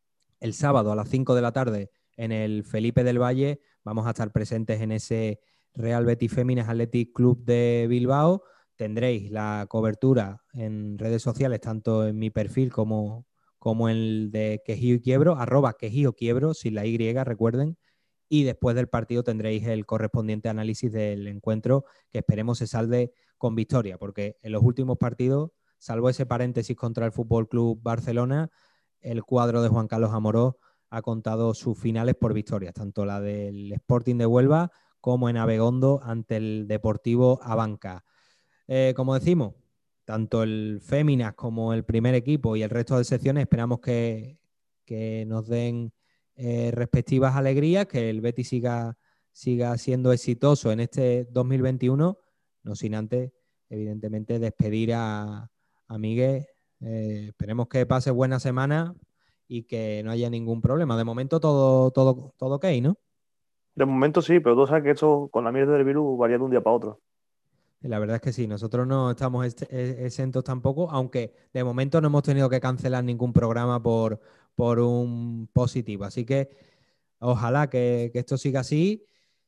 El sábado a las cinco de la tarde en el Felipe del Valle vamos a estar presentes en ese Real Betis Féminas Athletic Club de Bilbao. Tendréis la cobertura en redes sociales, tanto en mi perfil como, como en el de Quejío y Quiebro, arroba Quejío Quiebro, sin la Y, recuerden. Y después del partido tendréis el correspondiente análisis del encuentro, que esperemos se salde con victoria, porque en los últimos partidos, salvo ese paréntesis contra el Fútbol Club Barcelona, el cuadro de Juan Carlos Amorós ha contado sus finales por victorias, tanto la del Sporting de Huelva como en Abegondo ante el Deportivo Abanca. Eh, como decimos, tanto el Féminas como el primer equipo y el resto de secciones esperamos que, que nos den eh, respectivas alegrías, que el Betis siga, siga siendo exitoso en este dos mil veintiuno, no sin antes, evidentemente, despedir a, a Miguel. Eh, esperemos que pase buena semana y que no haya ningún problema. De momento todo, todo, todo ok, ¿no? De momento sí, pero tú sabes que esto con la mierda del virus varía de un día para otro. La verdad es que sí, nosotros no estamos exentos tampoco, aunque de momento no hemos tenido que cancelar ningún programa por, por un positivo. Así que ojalá que, que esto siga así.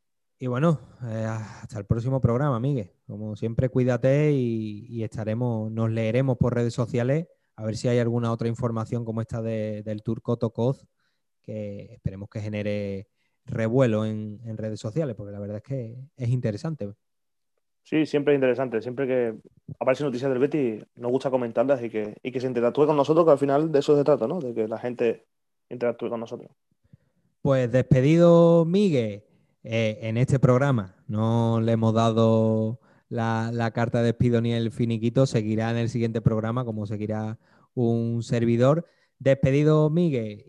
Y bueno, eh, hasta el próximo programa, Miguel. Como siempre, cuídate y, y estaremos, nos leeremos por redes sociales a ver si hay alguna otra información como esta de, del Turco Tocoz, que esperemos que genere revuelo en, en redes sociales, porque la verdad es que es interesante. Sí, siempre es interesante. Siempre que aparecen noticias del Betis, nos gusta comentarlas y que, y que se interactúe con nosotros, que al final de eso se trata, ¿no? De que la gente interactúe con nosotros. Pues despedido, Miguel, eh, en este programa. No le hemos dado la, la carta de despido ni el finiquito. Seguirá en el siguiente programa, como seguirá un servidor. Despedido, Miguel,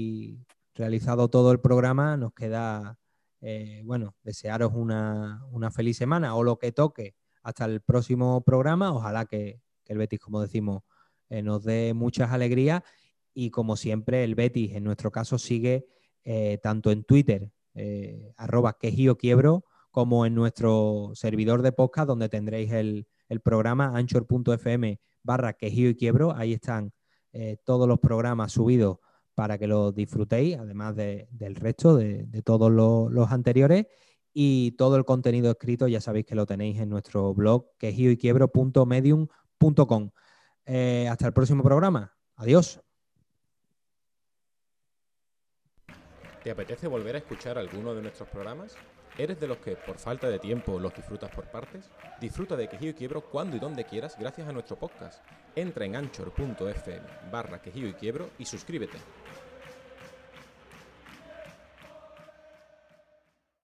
y realizado todo el programa, nos queda, eh, bueno, desearos una, una feliz semana o lo que toque hasta el próximo programa. Ojalá que, que el Betis, como decimos, eh, nos dé muchas alegrías. Y como siempre, el Betis, en nuestro caso, sigue eh, tanto en Twitter, eh, arroba quejío quiebro, como en nuestro servidor de podcast, donde tendréis el, el programa anchor.fm barra quejío y quiebro. Ahí están eh, todos los programas subidos para que los disfrutéis, además de, del resto, de, de todos los, los anteriores. Y todo el contenido escrito ya sabéis que lo tenéis en nuestro blog quejío y quiebro punto medium punto com. Eh, hasta el próximo programa. Adiós. ¿Te apetece volver a escuchar alguno de nuestros programas? ¿Eres de los que, por falta de tiempo, los disfrutas por partes? Disfruta de Quejío y Quiebro cuando y donde quieras gracias a nuestro podcast. Entra en anchor punto f m barra Quejío y Quiebro y suscríbete.